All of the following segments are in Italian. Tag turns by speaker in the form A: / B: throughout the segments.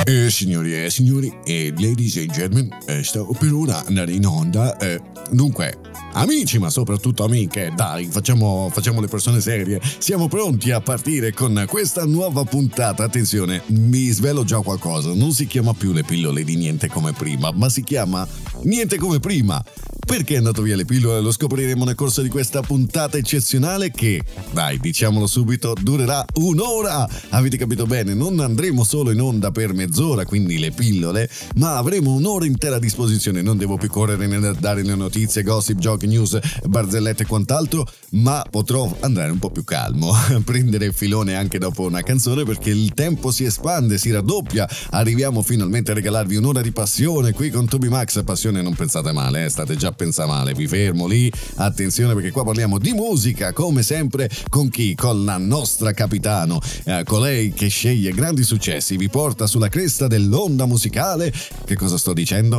A: Signori e signori, ladies and gentlemen, sto per ora andare in onda. Dunque, amici, ma soprattutto amiche, dai, facciamo le persone serie. Siamo pronti a partire con questa nuova puntata. Attenzione, mi svelo già qualcosa. Non si chiama più le pillole di Niente Come Prima, ma si chiama Niente Come Prima. Perché è andato via le pillole? Lo scopriremo nel corso di questa puntata eccezionale che, dai, diciamolo subito, durerà un'ora. Avete capito bene? Non andremo solo in onda per mezz'ora, quindi le pillole, ma avremo un'ora intera a disposizione. Non devo più correre nel dare le notizie, gossip, giochi, news, barzellette e quant'altro, ma potrò andare un po' più calmo, prendere il filone anche dopo una canzone, perché il tempo si espande, si raddoppia. Arriviamo finalmente a regalarvi un'ora di passione qui con Toby Max. Passione, non pensate male, state già pensa male, vi fermo lì, attenzione, perché qua parliamo di musica, come sempre, con chi? Con la nostra capitano, colei che sceglie grandi successi, vi porta sulla cresta dell'onda musicale, che cosa sto dicendo?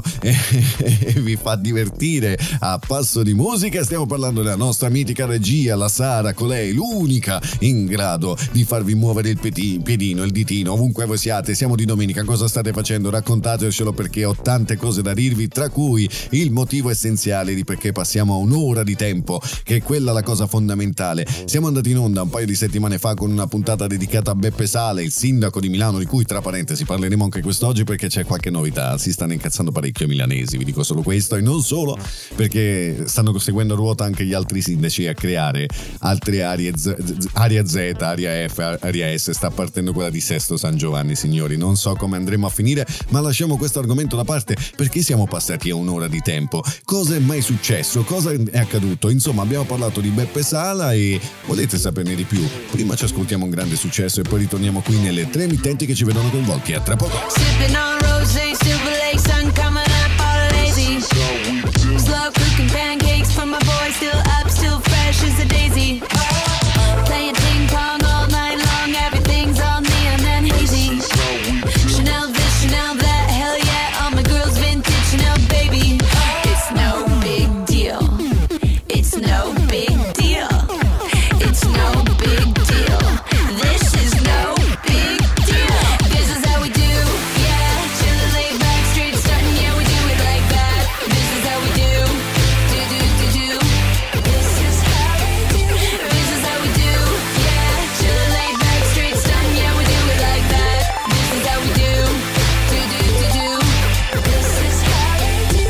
A: E vi fa divertire a passo di musica. Stiamo parlando della nostra mitica regia, la Sara, colei, l'unica in grado di farvi muovere il piedino, il ditino, ovunque voi siate. Siamo di domenica, cosa state facendo? Raccontatecelo, perché ho tante cose da dirvi, tra cui il motivo essenziale di perché passiamo a un'ora di tempo, che è quella la cosa fondamentale. Siamo andati in onda un paio di settimane fa con una puntata dedicata a Beppe Sala, il sindaco di Milano, di cui tra parentesi parleremo anche quest'oggi perché c'è qualche novità. Si stanno incazzando parecchio i milanesi, vi dico solo questo, e non solo, perché stanno seguendo a ruota anche gli altri sindaci a creare altre aree, area Z, area F, area S. Sta partendo quella di Sesto San Giovanni, signori. Non so come andremo a finire, ma lasciamo questo argomento da parte, perché siamo passati a un'ora di tempo. Cosa è mai successo? Cosa è accaduto? Insomma, abbiamo parlato di Beppe Sala e volete saperne di più? Prima ci ascoltiamo un grande successo e poi ritorniamo qui nelle tre emittenti che ci vedono coinvolti. A tra poco.
B: Sipping on rosé, Silver Lake, sun coming up all lazy. Slow cooking pancakes for my boy, still up, still fresh as a daisy. Playing ping pong all night long, everything's all neon and hazy. Chanel this, Chanel that, hell yeah, all my girls vintage Chanel, baby. It's no big deal. It's no big deal. It's no big deal. This is no big deal. This is how we do, yeah. Chillin', laid back, straight stuntin', yeah, we do it like that. This is how we do, do do do do. This is how we do. This is how we do, yeah. Chillin', laid back, straight stuntin', yeah, we do it like that. This is how we do, do do do do. This is how we do.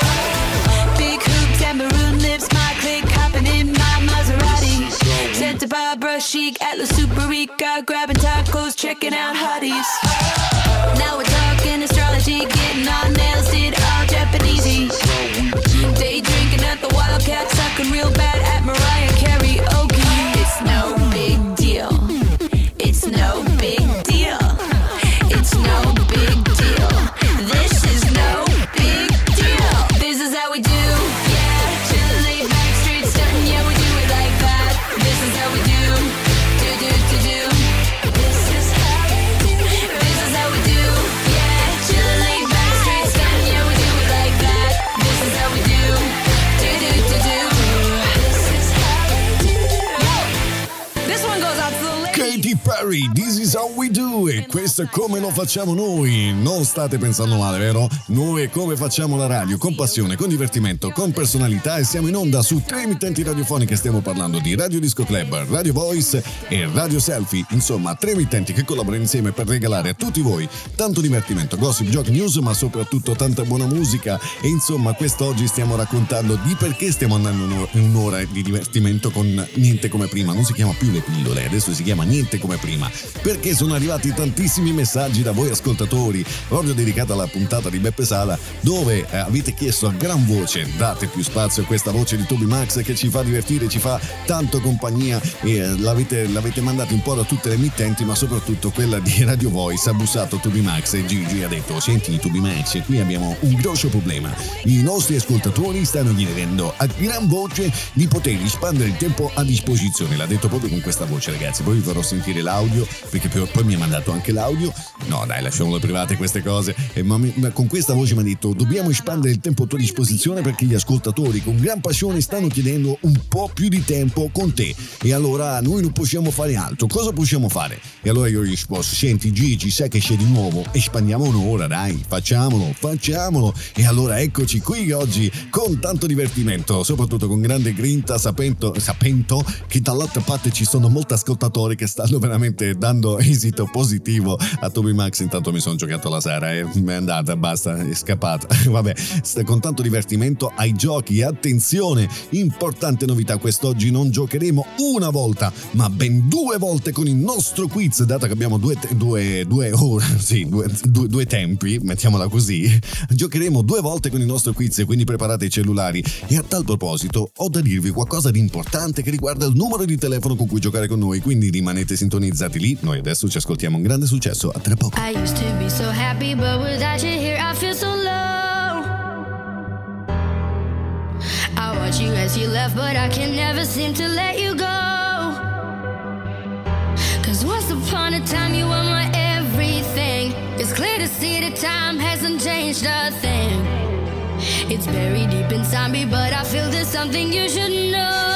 B: Big hoop, tambourine lips, my click, hopping in my Maserati. Santa Barbara chic, Atlas Super Rica, grabbing tacos, checking out hotties. Now we're talking astrology, getting our nails did all Japanesey. Day drinking at the Wildcat, sucking real bad at Mariah Carey. Okay, it's no big deal. It's no big deal. It's no big deal. This is no big deal. This is how we do, yeah. Chillin', laid back, straight stuntin', yeah, we do it like that. This is how we do, do do do do. This is how we do. This is how we do, yeah. Chillin', laid back, straight stuntin', yeah, we do it like that. This is how we do, do do do do. This is how we do. This one goes out to the ladies.
A: Katy Perry, This is how we do, e questo è come lo facciamo noi. Non state pensando male, vero? Noi è come facciamo la radio, con passione, con divertimento, con personalità, e siamo in onda su tre emittenti radiofoniche. Stiamo parlando di Radio Disco Club, Radio Voice e Radio Selfie. Insomma, tre emittenti che collaborano insieme per regalare a tutti voi tanto divertimento, gossip, giochi, news, ma soprattutto tanta buona musica. E insomma, quest'oggi stiamo raccontando di perché stiamo andando in un'ora di divertimento con Niente Come Prima. Non si chiama più le pillole, adesso si chiama Niente Come Prima, perché sono arrivati tantissimi messaggi da voi ascoltatori, proprio dedicata alla puntata di Beppe Sala, dove avete chiesto a gran voce: date più spazio a questa voce di Toby Max che ci fa divertire, ci fa tanto compagnia, e l'avete mandati un po' da tutte le emittenti, ma soprattutto quella di Radio Voice. Ha bussato Toby Max e Gigi ha detto: senti Toby Max, qui abbiamo un grosso problema, i nostri ascoltatori stanno chiedendo a gran voce di poter espandere il tempo a disposizione. L'ha detto proprio con questa voce, ragazzi, poi vi farò sentire l'audio, perché poi mi ha mandato anche l'audio. No dai, lasciamole private queste cose. Ma con questa voce mi ha detto: dobbiamo espandere il tempo a tua disposizione perché gli ascoltatori con gran passione stanno chiedendo un po' più di tempo con te, e allora noi non possiamo fare altro. Cosa possiamo fare? E allora io gli ho risposto: senti Gigi, sai che c'è di nuovo? Espandiamo un'ora, dai, facciamolo. E allora eccoci qui oggi con tanto divertimento, soprattutto con grande grinta, sapendo che dall'altra parte ci sono molti ascoltatori che stanno veramente dando esito positivo a Toby Max. Intanto mi sono giocato la sera e mi è andata, basta, è scappata. Vabbè, con tanto divertimento ai giochi. Attenzione, importante novità, quest'oggi non giocheremo una volta ma ben 2 volte con il nostro quiz, dato che abbiamo due tempi, mettiamola così. Giocheremo 2 volte con il nostro quiz, quindi preparate i cellulari. E a tal proposito ho da dirvi qualcosa di importante che riguarda il numero di telefono con cui giocare con noi, quindi rimanete sintonizzati lì. Noi adesso ci ascoltiamo un grande successo, a tra poco.
B: I used to be so happy, but without you here I feel so low. I watch you as you left, but I can never seem to let you go. 'Cause once upon a time you were my everything. It's clear to see that time hasn't changed a thing. It's buried deep inside me, but I feel there's something you should know.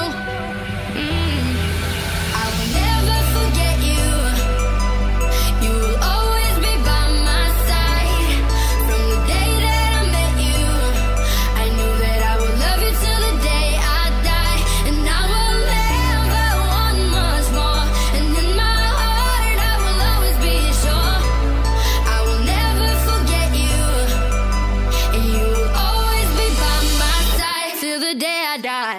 B: I will never forget you. You will always be by my side. From the day that I met you, I knew that I would love you till the day I die. And I will never want much more. And in my heart I will always be sure. I will never forget you. And you will always be by my side till the day I die.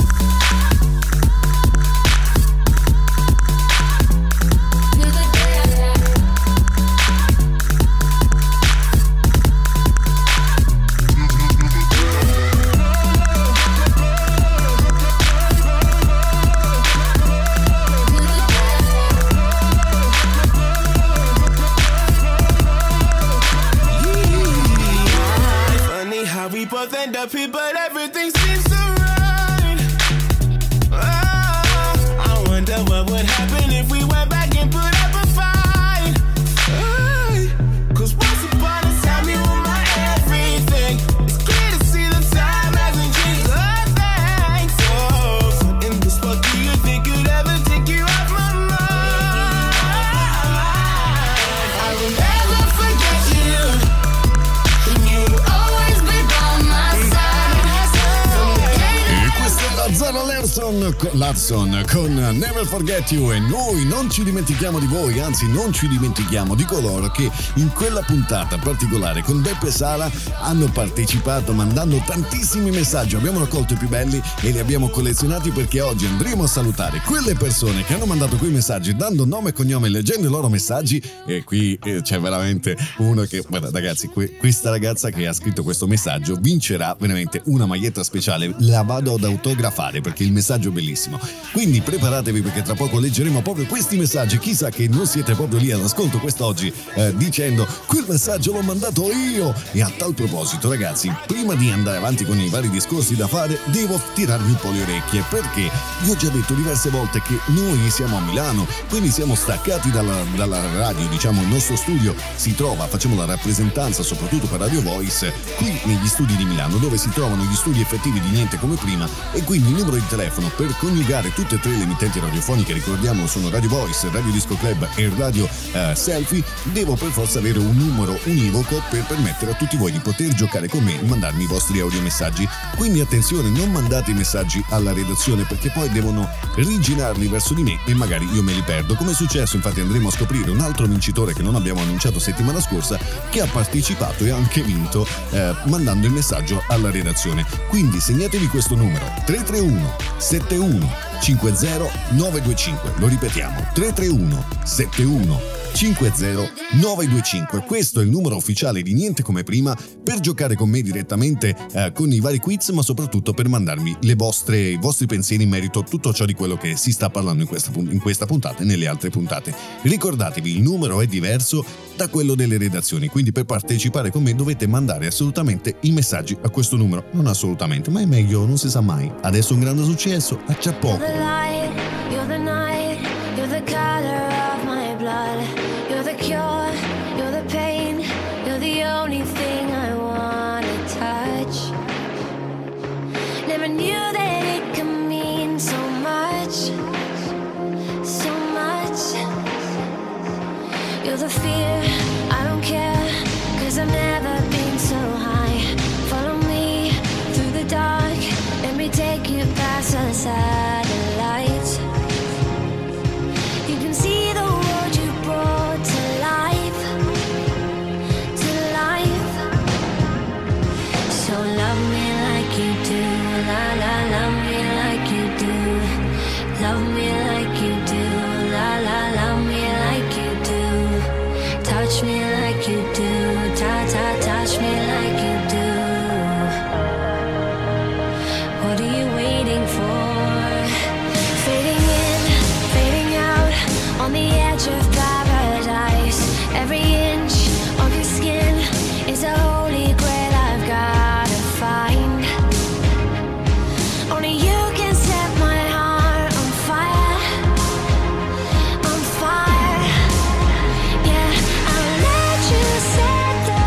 C: We both end up here, but everything seems so right. Oh, I wonder what would happen if we went back and put up a fight. Oh, 'cause once upon a time you were my everything. It's clear to see the time hasn't changed a thing. So, in this world, do you think you'd ever take you off my mind? I will never forget you. And you will always be by my side.
A: E questa è la Zara Larsson con Never Forget You, e noi non ci dimentichiamo di voi, anzi non ci dimentichiamo di coloro che in quella puntata particolare con Beppe e Sara hanno partecipato mandando tantissimi messaggi. Abbiamo raccolto i più belli e li abbiamo collezionati, perché oggi andremo a salutare quelle persone che hanno mandato quei messaggi dando nome e cognome e leggendo i loro messaggi. E qui c'è veramente uno che, guarda ragazzi, questa ragazza che ha scritto questo messaggio vincerà veramente una maglietta speciale. La vado ad autografare perché il messaggio è bellissimo, quindi preparatevi perché tra poco leggeremo proprio questi messaggi. Chissà che non siete proprio lì all'ascolto quest'oggi dicendo quel messaggio l'ho mandato io. E a tal proposito ragazzi, prima di andare avanti con i vari discorsi da fare, devo tirarvi un po' le orecchie, perché vi ho già detto diverse volte che noi siamo a Milano, quindi siamo staccati dalla radio, diciamo il nostro studio si trova, facciamo la rappresentanza soprattutto per Radio Voice qui negli studi di Milano, dove si trovano gli studi effettivi di Niente Come Prima, e quindi il numero di telefono per coniugare tutte e 3 le emittenti radiofoniche, ricordiamo sono Radio Voice, Radio Disco Club e Radio Selfie, devo per forza avere un numero univoco per permettere a tutti voi di poter giocare con me e mandarmi i vostri audiomessaggi. Quindi attenzione, non mandate i messaggi alla redazione, perché poi devono rigirarli verso di me e magari io me li perdo, come è successo. Infatti andremo a scoprire un altro vincitore che non abbiamo annunciato settimana scorsa, che ha partecipato e anche vinto mandando il messaggio alla redazione. Quindi segnatevi questo numero: 331 71 50 925. Lo ripetiamo: 331 71 50 925. Questo è il numero ufficiale di Niente Come Prima per giocare con me direttamente con i vari quiz, ma soprattutto per mandarmi i vostri pensieri in merito a tutto ciò di quello che si sta parlando in questa puntata e nelle altre puntate. Ricordatevi, il numero è diverso da quello delle redazioni, quindi per partecipare con me dovete mandare assolutamente i messaggi a questo numero. Non assolutamente, ma è meglio, non si sa mai. Adesso un grande successo, a tra poco.
B: You're the color of my blood. You're the cure, you're the pain. You're the only thing I wanna touch. Never knew that it could mean so much. So much. You're the fear, I don't care, 'cause I've never been so high. Follow me through the dark, let me take you past the satellites. You can see the world you brought to life, to life. So love me like you do, la la, love me like you do. Love me like you do, la la, love me like you do. Touch me like you do, ta ta, touch me like you do. What are you waiting for? Fading in, fading out, on the edge of paradise. Every inch of your skin is a holy grail I've gotta find. Only you can set my heart on fire, on fire. Yeah, I'll let you set the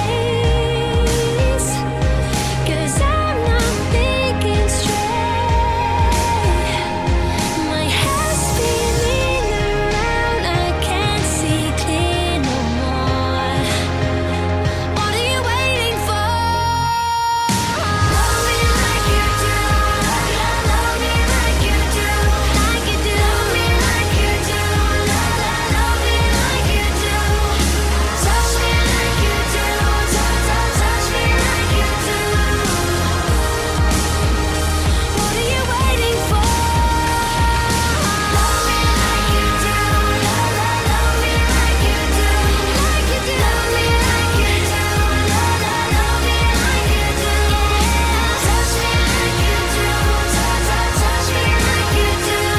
B: pace, 'cause I'm not thinking straight. My head's spinning around, I can't see clear no more. What are you waiting for? Love me like you do, love me like you do, like you do. Love me like you do, love me like you do. Touch me like you do, touch me like you do. What are you waiting for? Love me like you do, love me like you do, like you do. Love me like you do, love me like you do. Touch me like you do, touch me like you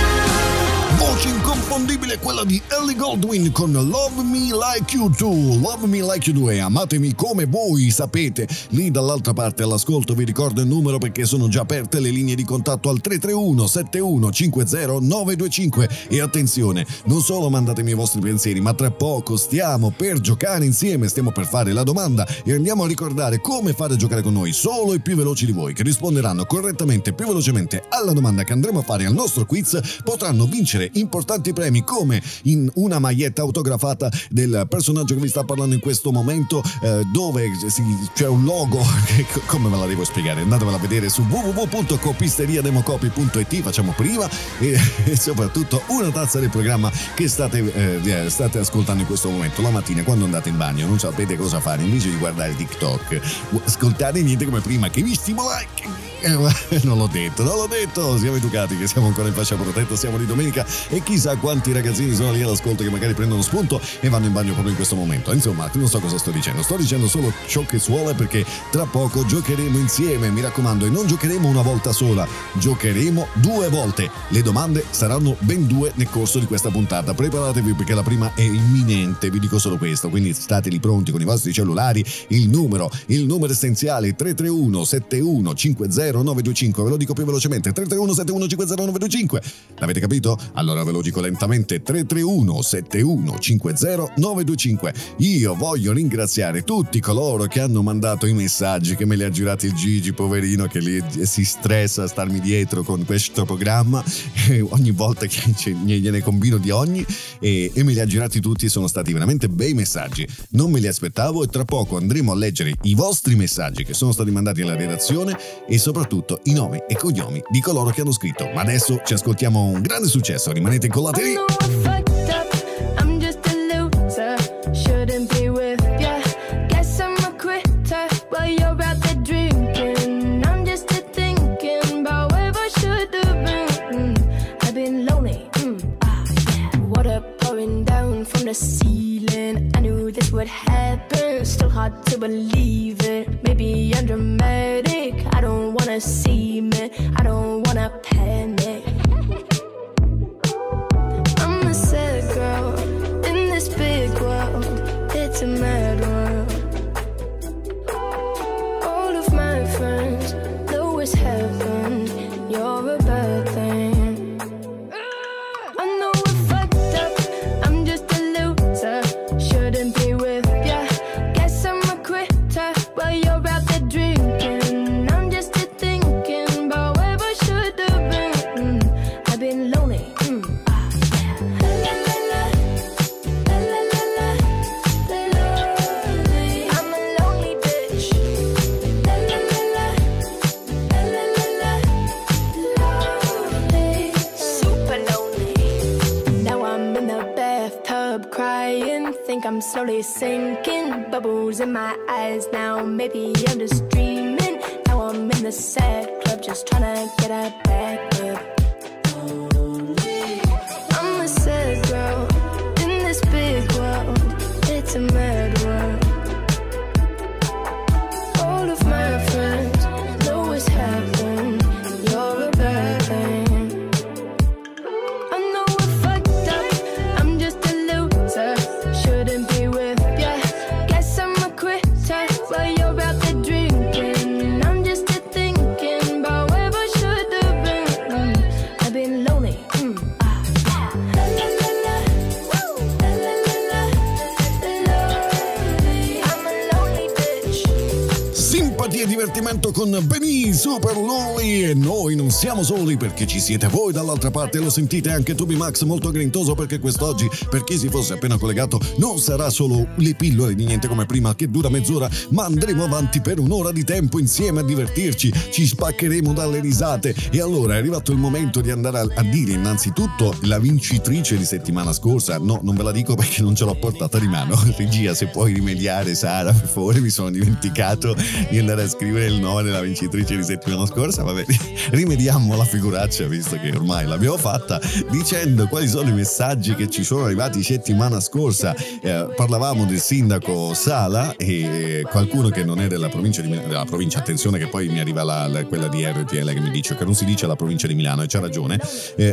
B: do.
A: Voce inconfondibile quella di Ellie Goulding con Love Me Like You Do. Love Me Like You Do e amatemi come voi sapete. Lì dall'altra parte all'ascolto vi ricordo il numero perché sono già aperte le linee di contatto al 331 7150 925. E attenzione, non solo mandatemi i vostri pensieri, ma tra poco stiamo per giocare insieme, stiamo per fare la domanda e andiamo a ricordare come fare a giocare con noi. Solo i più veloci di voi che risponderanno correttamente più velocemente alla domanda che andremo a fare al nostro quiz potranno vincere importanti premi come in una maglietta autografata del personaggio che vi sta parlando in questo momento, dove c'è un logo che, come ve la devo spiegare, andatevela a vedere su www.copisteriademocopy.it, facciamo prima, e soprattutto una tazza del programma che state ascoltando in questo momento la mattina quando andate in bagno, non sapete cosa fare, invece di guardare TikTok ascoltate niente come prima che vi stimola. Non l'ho detto, siamo educati che siamo ancora in fascia protetta, siamo di domenica e chissà quanti ragazzini sono lì all'ascolto che magari prendono spunto e vanno in bagno proprio in questo momento. Insomma, non so cosa sto dicendo solo ciò che suole perché tra poco giocheremo insieme, mi raccomando, e non giocheremo una volta sola, giocheremo 2 volte. Le domande saranno ben 2 nel corso di questa puntata, preparatevi perché la prima è imminente, vi dico solo questo, quindi state lì pronti con i vostri cellulari, il numero essenziale 331 71 50 925, ve lo dico più velocemente, 331 71 50 925. L'avete capito? Allora ve lo dico lentamente, 331 71 50 925. Io voglio ringraziare tutti coloro che hanno mandato i messaggi, che me li ha girati il Gigi, poverino, che si stressa a starmi dietro con questo programma ogni volta che gliene combino di ogni, e me li ha girati tutti, sono stati veramente bei messaggi, non me li aspettavo, e tra poco andremo a leggere i vostri messaggi che sono stati mandati alla redazione e soprattutto i nomi e cognomi di coloro che hanno scritto. Ma adesso ci ascoltiamo un grande successo, rimanete incollati lì.
B: I'm just a loser, shouldn't be with ya. Guess I'm a quitter while you're out there drinking. I'm just thinking about where I should have been. I've been lonely, yeah. Water pouring down from the ceiling. I knew this would happen, still hard to believe it. Maybe I'm dramatic, I don't wanna see me, I don't wanna panic. I'm a sad girl in this big world, it's a mad world. All of my friends know it's heaven, you're a bad thing. I know if I
D: I'm slowly sinking, bubbles in my eyes now. Maybe I'm just dreaming. Now I'm in the sad club, just trying to get a back up. I'm a sad girl in this big world. It's a mad world. All of my friends know what's happened. You're a bad thing. I know we're fucked up. I'm just a loser. Shouldn't be with ya. Guess I'm a quitter while you're out there drinking. I'm just a thinking about where I should have been. I've been lonely. La la la la. Woo. La la la la. Lonely. I'm a lonely bitch.
A: Simpatia e divertimento con Benny, Super Lonely, e noi non siamo soli perché ci siete voi dall'altra parte, lo sentite anche Toby Max molto grintoso perché quest'oggi, per chi si fosse appena collegato, non sarà solo le pillole di Niente Come Prima che dura mezz'ora, ma andremo avanti per un'ora di tempo insieme a divertirci, ci spaccheremo dalle risate. E allora è arrivato il momento di andare a dire innanzitutto la vincitrice di settimana scorsa. No, non ve la dico perché non ce l'ho portata di mano. Regia, se puoi rimediare, Sara, per favore, mi sono dimenticato di andare a scrivere il nome della vincitrice di settimana scorsa. Vabbè, rimediamo la figuraccia visto che ormai l'abbiamo fatta, dicendo quali sono i messaggi che ci sono arrivati settimana scorsa. Parlavamo del sindaco Sala e qualcuno che non è della provincia di Milano, della provincia, attenzione che poi mi arriva quella di RTL che mi dice che non si dice la provincia di Milano, e c'ha ragione.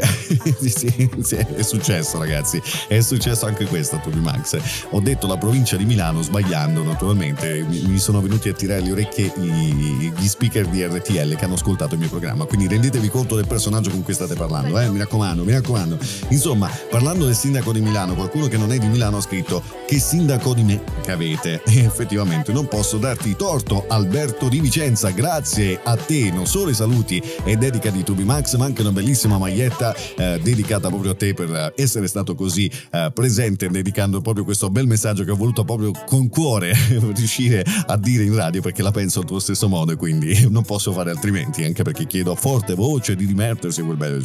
A: Sì, è successo, ragazzi, è successo anche questo a Toby Max. Ho detto la provincia di Milano sbagliando, naturalmente mi sono venuti a tirare le orecchie gli speaker di RTL che hanno ascoltato il mio programma, quindi rendetevi conto del personaggio con cui state parlando, mi raccomando. Insomma, parlando del sindaco di Milano, qualcuno che non è di Milano ha scritto: che sindaco di me che avete. E effettivamente non posso darti torto, Alberto di Vicenza, grazie a te, non solo i saluti e dedica di Toby Max, ma anche una bellissima maglietta dedicata proprio a te per essere stato così presente, dedicando proprio questo bel messaggio che ho voluto proprio con cuore riuscire a dire in radio, perché la penso al tuo stesso modo e quindi non posso fare altrimenti, anche perché chiedo a forte voce di rimettersi quel bello.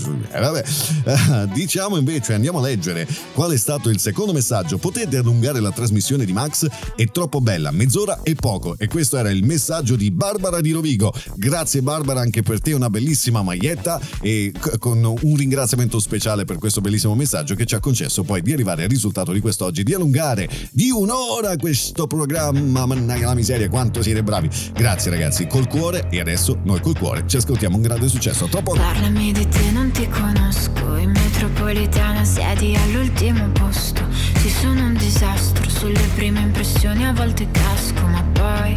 A: Diciamo invece, andiamo a leggere qual è stato il secondo messaggio. Potete allungare la trasmissione di Max, è troppo bella, mezz'ora è poco. E questo era il messaggio di Barbara di Rovigo. Grazie Barbara, anche per te una bellissima maglietta, e con un ringraziamento speciale per questo bellissimo messaggio che ci ha concesso poi di arrivare al risultato di quest'oggi, di allungare di un'ora questo programma. Mannaggia la miseria, quanto siete bravi. Grazie ragazzi, col cuore. E adesso noi col cuore ci ascoltiamo un grande successo. Troppo.
E: Parlami di te, non ti conosco. In metropolitana siedi all'ultimo posto. Ci sono un disastro, sulle prime impressioni a volte casco, ma poi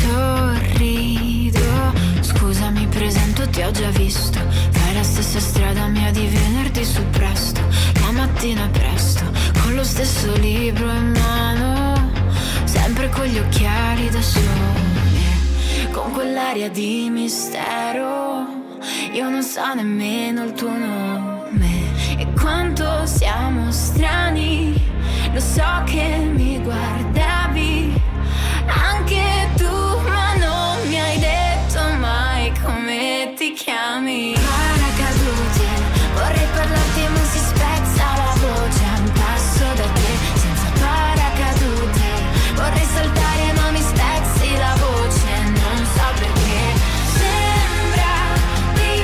E: sorrido. Scusa, mi presento, ti ho già visto. Fai la stessa strada mia di venerdì su presto. La mattina presto, con lo stesso libro in mano, sempre con gli occhiali da sole, con quell'aria di mistero. Io non so nemmeno il tuo nome e quanto siamo strani. Lo so che mi guardavi anche tu, ma non mi hai detto mai come ti chiami. Paracadute, vorrei parlarti ma si spezza la voce a un passo da te, senza paracadute. Vorrei saltare ma mi spezzi la voce, non so perché. Sembra di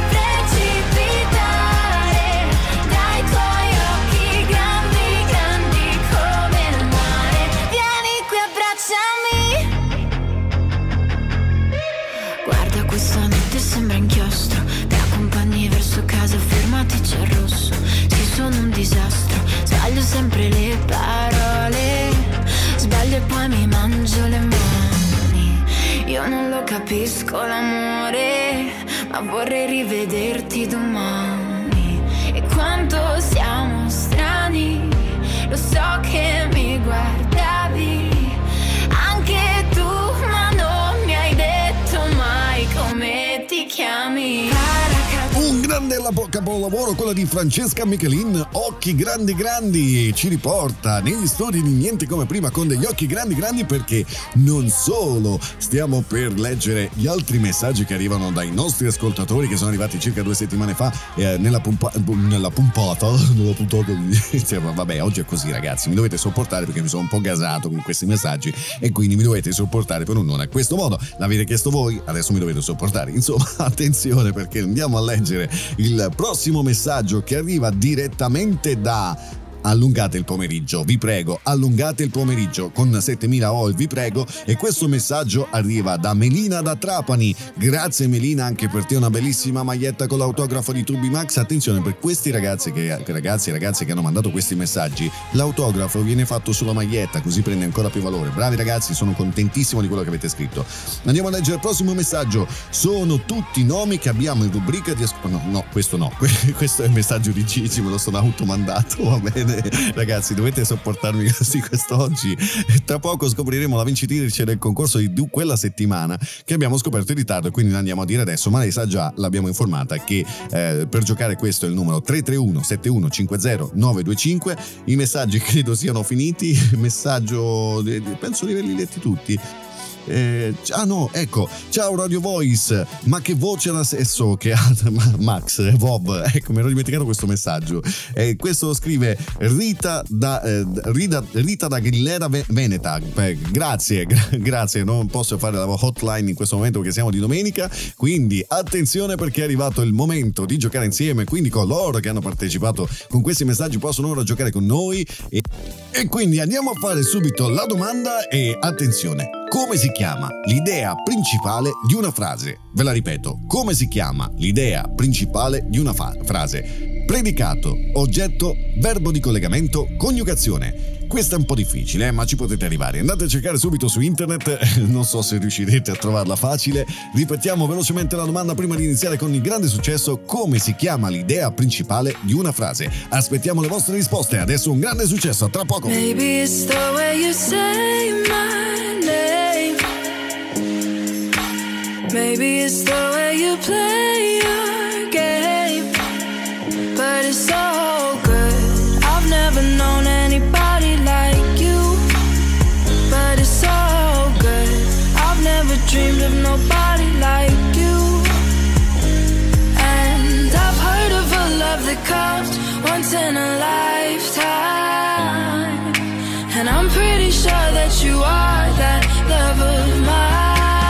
E: precipitare dai tuoi occhi grandi, grandi come il mare. Vieni qui, abbracciami. Guarda, questa notte sembra inchiostro. Ti accompagni verso casa, fermati, c'è il rosso. Ci sono un disastro, sbaglio sempre le parole. Sbaglio e poi mi mangio le mani. Io non lo capisco l'amore, ma vorrei rivederti domani. E quanto siamo strani, lo so che mi guardavi anche tu, ma non mi hai detto mai come ti chiami.
A: Un grande capolavoro, quella di Francesca Michelin, Occhi grandi grandi, ci riporta negli studi di Niente come prima con degli occhi grandi grandi, perché non solo stiamo per leggere gli altri messaggi che arrivano dai nostri ascoltatori, che sono arrivati circa 2 settimane fa nella puntata vabbè, oggi è così ragazzi, mi dovete sopportare perché mi sono un po' gasato con questi messaggi e quindi mi dovete sopportare per un'ora a questo modo. L'avete chiesto voi, adesso mi dovete sopportare. Insomma, attenzione, perché andiamo a leggere il prossimo messaggio che arriva direttamente da Allungate il pomeriggio, vi prego, allungate il pomeriggio con 7000 OL, vi prego. E questo messaggio arriva da Melina da Trapani. Grazie Melina, anche per te una bellissima maglietta con l'autografo di Tubi Max. Attenzione, per questi ragazzi e ragazze che hanno mandato questi messaggi, l'autografo viene fatto sulla maglietta, così prende ancora più valore. Bravi ragazzi, sono contentissimo di quello che avete scritto. Andiamo a leggere il prossimo messaggio. Sono tutti nomi che abbiamo in rubrica di questo no, questo è il messaggio di Gigi, me lo sono automandato, va bene. Ragazzi, dovete sopportarmi così quest'oggi. Tra poco scopriremo la vincitrice del concorso di quella settimana, che abbiamo scoperto in ritardo, quindi non andiamo a dire adesso, ma lei sa già, l'abbiamo informata, che per giocare questo è il numero 331 7150 925. I messaggi credo siano finiti. Il messaggio penso di averli letti tutti. Ecco, ciao Radio Voice, ma che voce da sesso che ha Max, Bob, ecco, mi ero dimenticato questo messaggio. Questo lo scrive Rita da Grillera Veneta. Grazie, non posso fare la hotline in questo momento perché siamo di domenica, quindi attenzione, perché è arrivato il momento di giocare insieme, quindi coloro che hanno partecipato con questi messaggi possono ora giocare con noi e quindi andiamo a fare subito la domanda. E attenzione, come si chiama l'idea principale di una frase? Ve la ripeto, come si chiama l'idea principale di una frase? Predicato, oggetto, verbo di collegamento, coniugazione. Questa è un po' difficile, ma ci potete arrivare. Andate a cercare subito su internet, non so se riuscirete a trovarla facile. Ripetiamo velocemente la domanda prima di iniziare con il grande successo: come si chiama l'idea principale di una frase? Aspettiamo le vostre risposte, adesso un grande successo, a tra poco.
D: Maybe it's the way you say my name. Maybe it's the way you play your game. But it's so good, I've never known anybody like you. But it's so good, I've never dreamed of nobody like you. And I've heard of a love that comes once in a lifetime. And I'm pretty sure that you are that love of mine.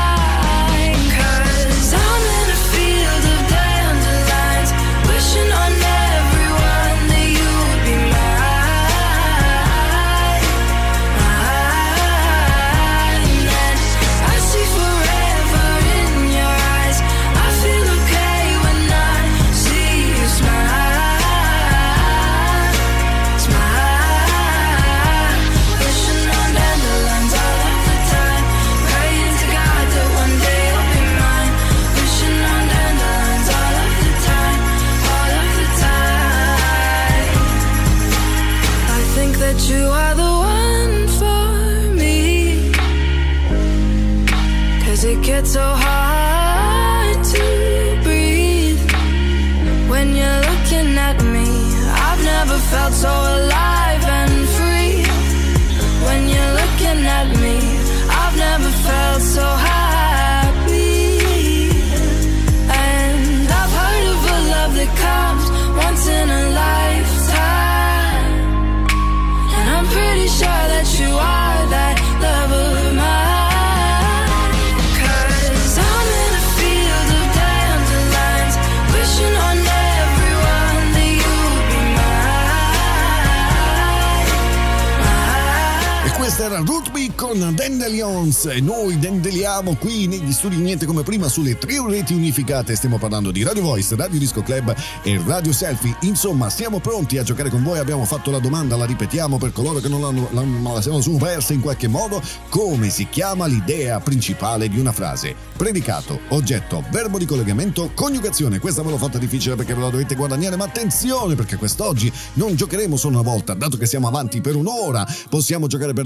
D: You are the one for me, 'cause it gets so hard to breathe when you're looking at me. I've never felt so alive and free. When you're looking at me, I've never felt so happy. And I've heard of a love that comes once in a lifetime. I'm pretty sure that you are that love of mine. 'Cause I'm in a field of dandelions, wishing on everyone that you'd be mine.
A: E questa era Rootbeat con Dandelions, e noi dandeliamo qui negli studi Niente come prima sulle 3 reti unificate. Stiamo parlando di Radio Voice, Radio Disco Club e Radio Selfie. Insomma, siamo pronti a giocare con voi. Abbiamo fatto la domanda, la ripetiamo per coloro che non la siamo persa in qualche modo. Come si chiama l'idea principale di una frase? Predicato, oggetto, verbo di collegamento, coniugazione. Questa ve l'ho fatta difficile perché ve la dovete guadagnare, ma attenzione, perché quest'oggi non giocheremo solo una volta. Dato che siamo avanti per un'ora, possiamo giocare per ben 2 volte.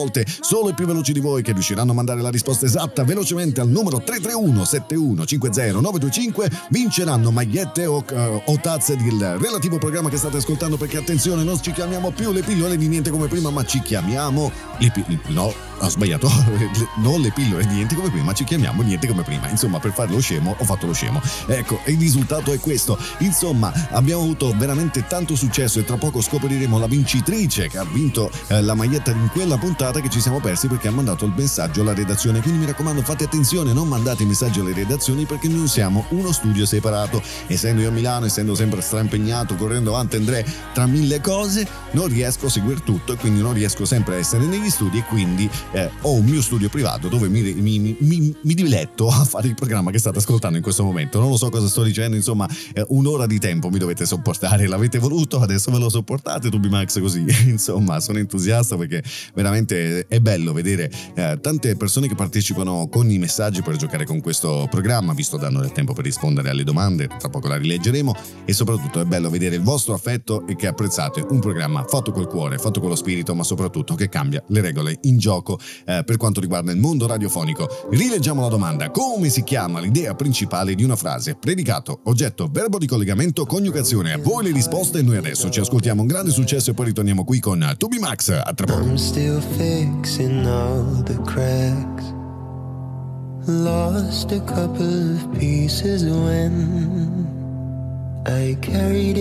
A: volte solo i più veloci di voi che riusciranno a mandare la risposta esatta velocemente al numero 331 71 50 925 vinceranno magliette o tazze del relativo programma che state ascoltando, perché attenzione, non ci chiamiamo più le pillole di Niente Come Prima, ma ci chiamiamo no, ho sbagliato, non le pillole di Niente Come Prima, ma ci chiamiamo Niente Come Prima. Insomma, per fare lo scemo ho fatto lo scemo. Ecco, il risultato è questo. Insomma, abbiamo avuto veramente tanto successo e tra poco scopriremo la vincitrice che ha vinto la maglietta in quella puntata che ci siamo persi perché ha mandato il messaggio alla redazione. Quindi mi raccomando, fate attenzione, non mandate i messaggi alle redazioni perché noi siamo uno studio separato. Essendo io a Milano, essendo sempre straimpegnato, correndo avanti Andrea tra mille cose, non riesco a seguire tutto e quindi non riesco sempre a essere negli studi e quindi ho un mio studio privato dove mi diletto a fare il programma che state ascoltando in questo momento. Non lo so cosa sto dicendo, insomma, un'ora di tempo mi dovete sopportare, l'avete voluto, adesso ve lo sopportate, Tubi Max così. Insomma, sono entusiasta perché veramente è bello vedere tante persone che partecipano con i messaggi per giocare con questo programma, visto danno del tempo per rispondere alle domande, tra poco la rileggeremo, e soprattutto è bello vedere il vostro affetto e che apprezzate un programma fatto col cuore, fatto con lo spirito, ma soprattutto che cambia le regole in gioco per quanto riguarda il mondo radiofonico. Rileggiamo la domanda: come si chiama l'idea principale di una frase? Predicato, oggetto, verbo di collegamento, coniugazione. A voi le risposte e noi adesso ci ascoltiamo un grande successo e poi ritorniamo qui con Tubi Max. A tra poco.
F: I'm still fixing all the cracks. Lost a couple of pieces when I carried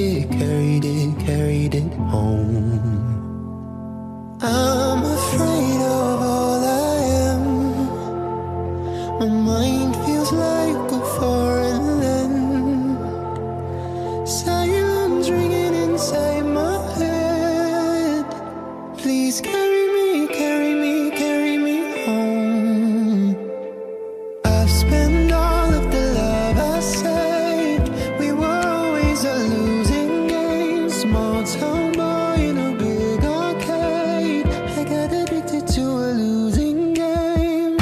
F: it home. I'm afraid of all I am. My mind feels like a foreign land. Silence ringing inside my head. Please carry me, carry me, carry me home. I've spent all of the love I saved. We were always a losing game. Small town boy in a big arcade. I got addicted to a losing game.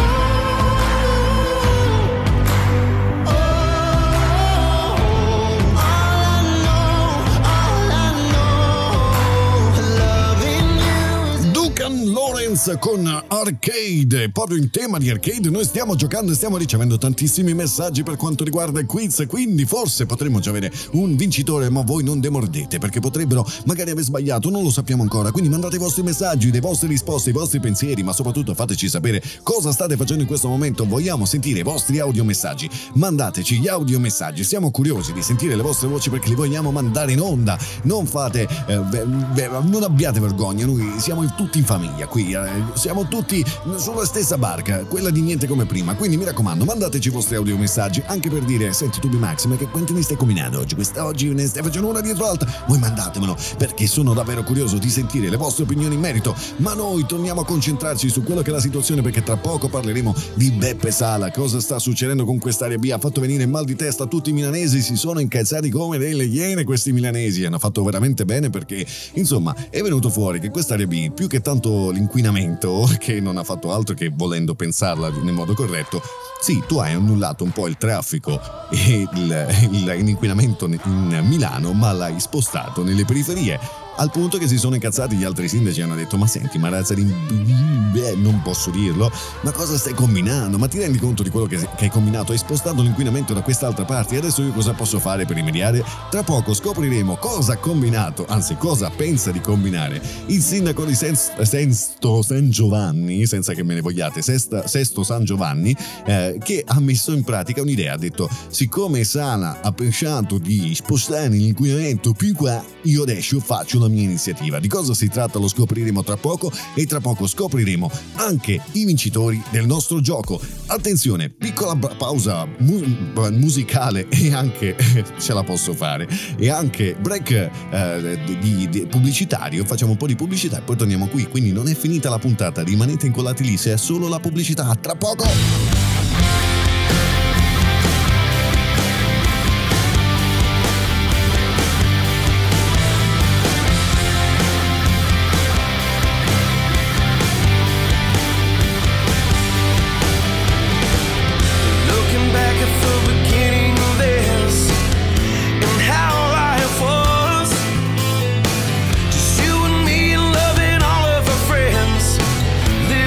A: Lawrence con Arcade. Proprio in tema di arcade noi stiamo giocando e stiamo ricevendo tantissimi messaggi per quanto riguarda il quiz, quindi forse potremmo già avere un vincitore, ma voi non demordete perché potrebbero magari aver sbagliato, non lo sappiamo ancora. Quindi mandate i vostri messaggi, le vostre risposte, i vostri pensieri, ma soprattutto fateci sapere cosa state facendo in questo momento. Vogliamo sentire i vostri audiomessaggi, mandateci gli audiomessaggi, siamo curiosi di sentire le vostre voci perché li vogliamo mandare in onda. Non fate non abbiate vergogna, noi siamo tutti in famiglia qui, siamo tutti sulla stessa barca, quella di Niente Come Prima. Quindi mi raccomando, mandateci i vostri audiomessaggi anche per dire: senti Tubi Max, ma che quanti ne stai combinando oggi? Quest'oggi ne stai facendo una dietro l'altra? Voi mandatemelo perché sono davvero curioso di sentire le vostre opinioni in merito. Ma noi torniamo a concentrarci su quello che è la situazione, perché tra poco parleremo di Beppe Sala. Cosa sta succedendo con quest'Area B? Ha fatto venire mal di testa a tutti i milanesi, si sono incazzati come delle iene questi milanesi, hanno fatto veramente bene perché insomma è venuto fuori che quest'Area B, più che tanto l'inquinamento, che non ha fatto altro che, volendo pensarla nel modo corretto, sì, tu hai annullato un po' il traffico e l'inquinamento in Milano, ma l'hai spostato nelle periferie, al punto che si sono incazzati gli altri sindaci e hanno detto: ma senti, ma razza di non posso dirlo, ma cosa stai combinando? Ma ti rendi conto di quello che hai combinato? Hai spostato l'inquinamento da quest'altra parte e adesso io cosa posso fare per rimediare? Tra poco scopriremo cosa ha combinato, anzi cosa pensa di combinare il sindaco di Sesto San Giovanni, senza che me ne vogliate, Sesto San Giovanni, che ha messo in pratica un'idea. Ha detto: siccome Sala ha pensato di spostare l'inquinamento più qua, io adesso faccio una mia iniziativa. Di cosa si tratta lo scopriremo tra poco, e tra poco scopriremo anche i vincitori del nostro gioco. Attenzione, piccola pausa musicale e anche ce la posso fare, e anche break di pubblicitario. Facciamo un po' di pubblicità e poi torniamo qui. Quindi non è finita la puntata, rimanete incollati lì, se è solo la pubblicità. Tra poco.
C: This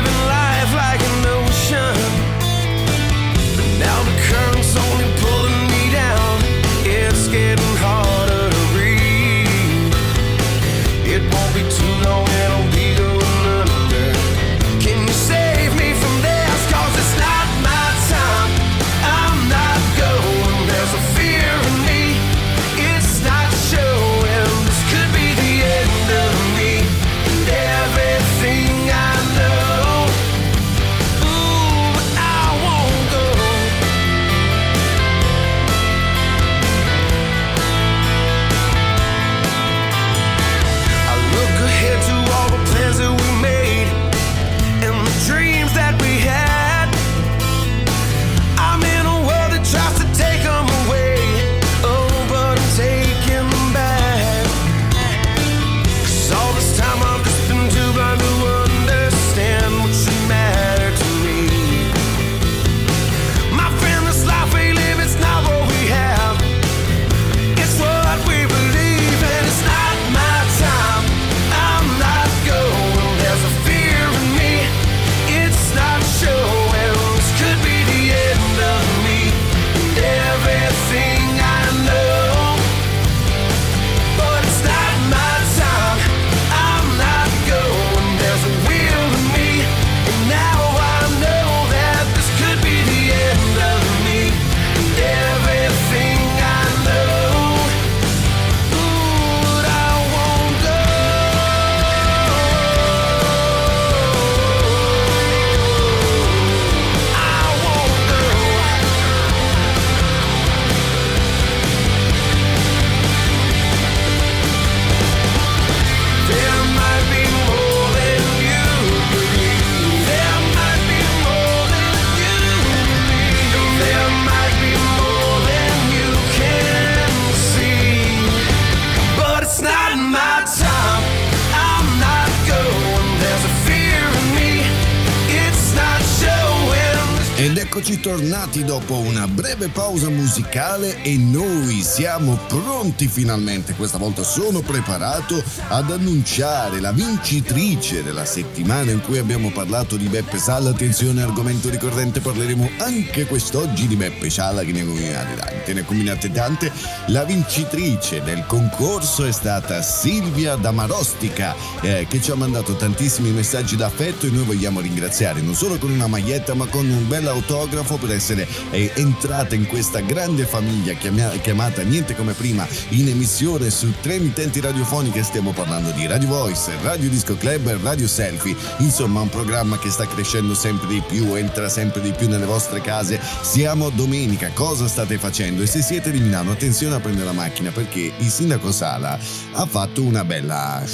A: Eccoci tornati dopo una breve pausa musicale e noi siamo pronti finalmente, questa volta sono preparato ad annunciare la vincitrice della settimana in cui abbiamo parlato di Beppe Sala. Attenzione, argomento ricorrente, parleremo anche quest'oggi di Beppe Sala, che ne ha combinate tante. La vincitrice del concorso è stata Silvia da Marostica, che ci ha mandato tantissimi messaggi d'affetto e noi vogliamo ringraziare non solo con una maglietta ma con un bel autografo per essere entrata in questa grande famiglia chiamata niente come prima in emissione su 3 emittenti radiofoniche. Stiamo parlando di Radio Voice, Radio Disco Club e Radio Selfie, insomma un programma che sta crescendo sempre di più, entra sempre di più nelle vostre case. Siamo domenica, cosa state facendo? E se siete di Milano, attenzione a prendere la macchina, perché il sindaco Sala ha fatto una bella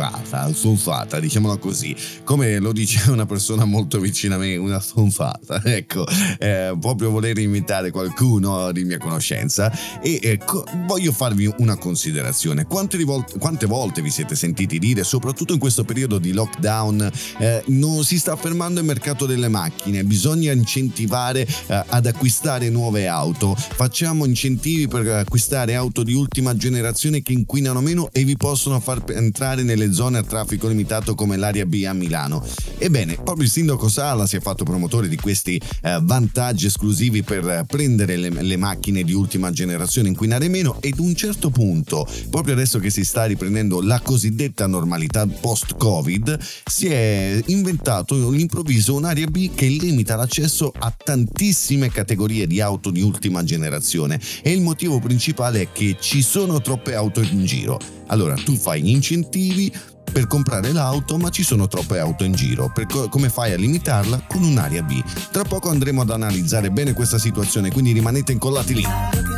A: sonfata, diciamola così, come lo dice una persona molto vicina a me, una sonfata, ecco, proprio voler imitare qualcuno di mia conoscenza. E voglio farvi una considerazione: quante volte vi siete sentiti dire, soprattutto in questo periodo di lockdown, non si sta fermando il mercato delle macchine, bisogna incentivare ad acquistare nuove auto, facciamo incentivi per acquistare auto di ultima generazione che inquinano meno e vi possono far entrare nelle zone a traffico limitato come l'area B a Milano. Ebbene, proprio il sindaco Sala si è fatto promotore di questi vantaggi esclusivi per prendere le macchine di ultima generazione, inquinare meno, ed ad un certo punto, proprio adesso che si sta riprendendo la cosiddetta normalità post-Covid, si è inventato all'improvviso un'area B che limita l'accesso a tantissime categorie di auto di ultima generazione, e il motivo principale è che ci sono troppe auto in giro. Allora tu fai gli incentivi per comprare l'auto, ma ci sono troppe auto in giro. Come fai a limitarla? Con un'area B. Tra poco andremo ad analizzare bene questa situazione, quindi rimanete incollati lì.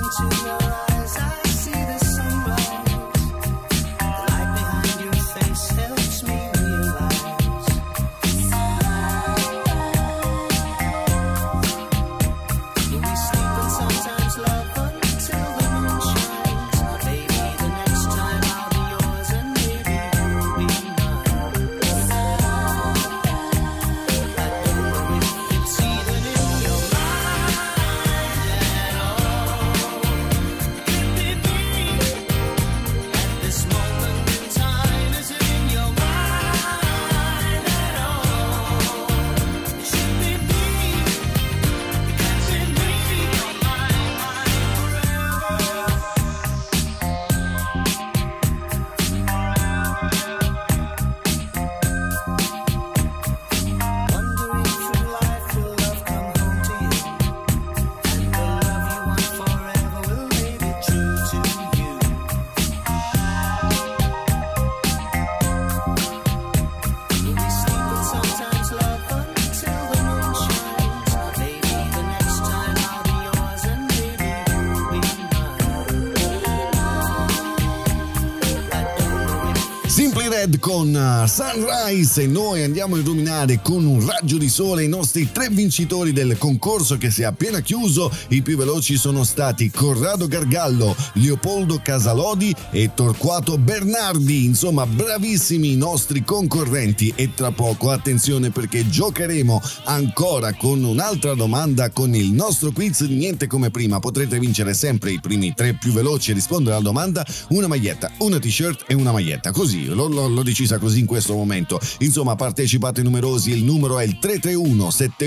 A: Con Sunrise, e noi andiamo a illuminare con un raggio di sole i nostri 3 vincitori del concorso che si è appena chiuso. I più veloci sono stati Corrado Gargallo, Leopoldo Casalodi e Torquato Bernardi. Insomma, bravissimi i nostri concorrenti, e tra poco attenzione perché giocheremo ancora con un'altra domanda con il nostro quiz niente come prima. Potrete vincere sempre i primi 3 più veloci a rispondere alla domanda una maglietta, una t-shirt e una maglietta, così l'ho decisa così in questo momento. Insomma, partecipate numerosi, il numero è il 331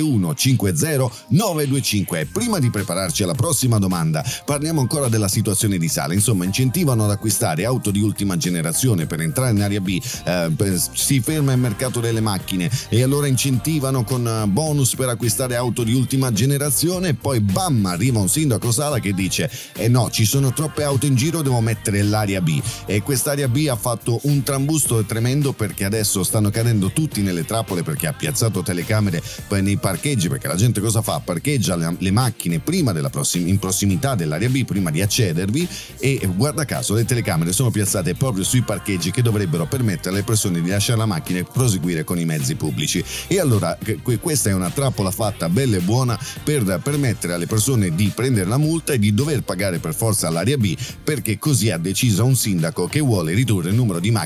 A: 7150 925. Prima di prepararci alla prossima domanda, parliamo ancora della situazione di Sala. Insomma, incentivano ad acquistare auto di ultima generazione per entrare in area B, si ferma il mercato delle macchine e allora incentivano con bonus per acquistare auto di ultima generazione, e poi bam, arriva un sindaco Sala che dice no, ci sono troppe auto in giro, devo mettere l'area B. E quest'area B ha fatto un trambusto tremendo, perché adesso stanno cadendo tutti nelle trappole, perché ha piazzato telecamere nei parcheggi, perché la gente cosa fa? Parcheggia le macchine prima in prossimità dell'area B prima di accedervi, e guarda caso le telecamere sono piazzate proprio sui parcheggi che dovrebbero permettere alle persone di lasciare la macchina e proseguire con i mezzi pubblici. E allora questa è una trappola fatta bella e buona per permettere alle persone di prendere la multa e di dover pagare per forza l'area B, perché così ha deciso un sindaco che vuole ridurre il numero di macchine e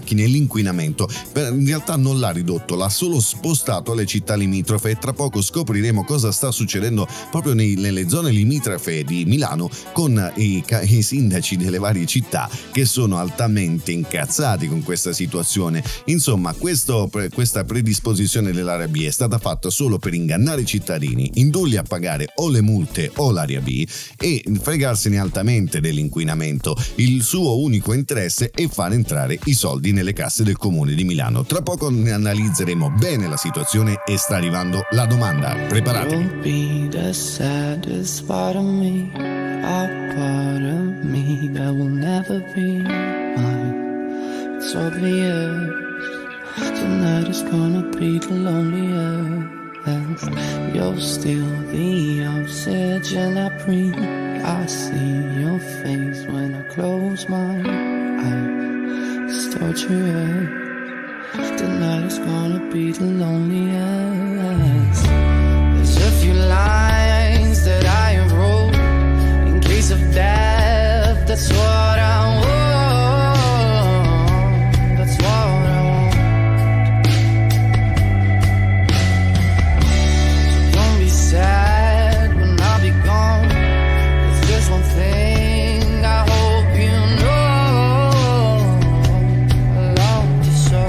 A: l'inquinamento in realtà non l'ha ridotto, l'ha solo spostato alle città limitrofe, e tra poco scopriremo cosa sta succedendo proprio nelle zone limitrofe di Milano con i sindaci delle varie città che sono altamente incazzati con questa situazione. Insomma, questa predisposizione dell'area B è stata fatta solo per ingannare i cittadini, indurli a pagare o le multe o l'area B e fregarsene altamente dell'inquinamento. Il suo unico interesse è far entrare i soldi nelle casse del comune di Milano. Tra poco ne analizzeremo bene la situazione e sta arrivando la domanda. Preparatevi.
F: You'll be the saddest part of me, a part of me that will never be mine. It's obvious tonight is gonna be the loneliest. You're still the oxygen I breathe. I see your face when I close my eyes. It's torture. Tonight is gonna be the loneliest. There's a few lines that I wrote in case of death. That's what I want. That's what I want. So don't be sad when I'll be gone. There's just one thing I hope you know. I love you so.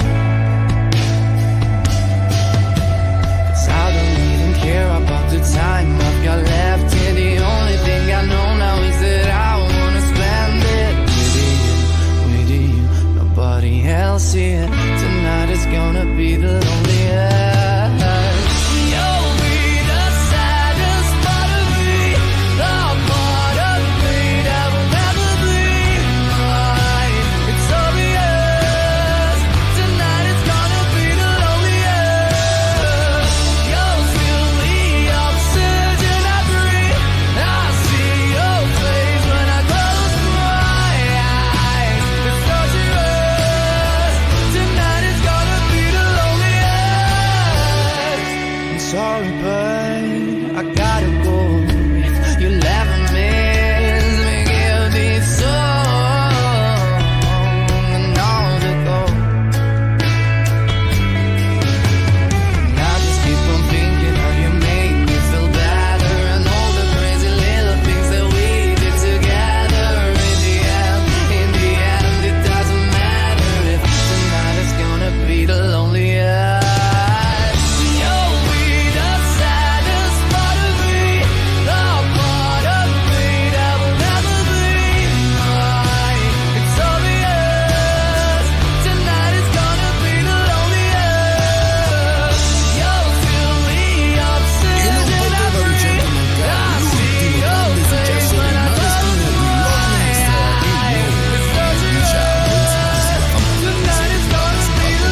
F: I don't even care about the time I've got left here. The only thing I know now is that I wanna spend it with you, nobody else here. Tonight is gonna be the loneliest. You'll be the saddest part of me, the part of me that will never be mine. It's obvious. Tonight is gonna be the loneliest. You'll feel the oxygen I breathe. I see your face when I close my eyes. It's torturous. Tonight is gonna be the loneliest. I'm sorry, but I gotta go. If you'll ever miss me, give this song and all to go. And I just keep on thinking how you make me feel better, and all the crazy little things that we did together. In the end, it doesn't matter if tonight is gonna be the loneliest. You'll be the saddest part of me, the part of me that will never be mine. It's obvious. Tonight is gonna be the loneliest. You'll feel the oxygen I breathe. I see your face when I close my eyes. It's torturous. Tonight is gonna be the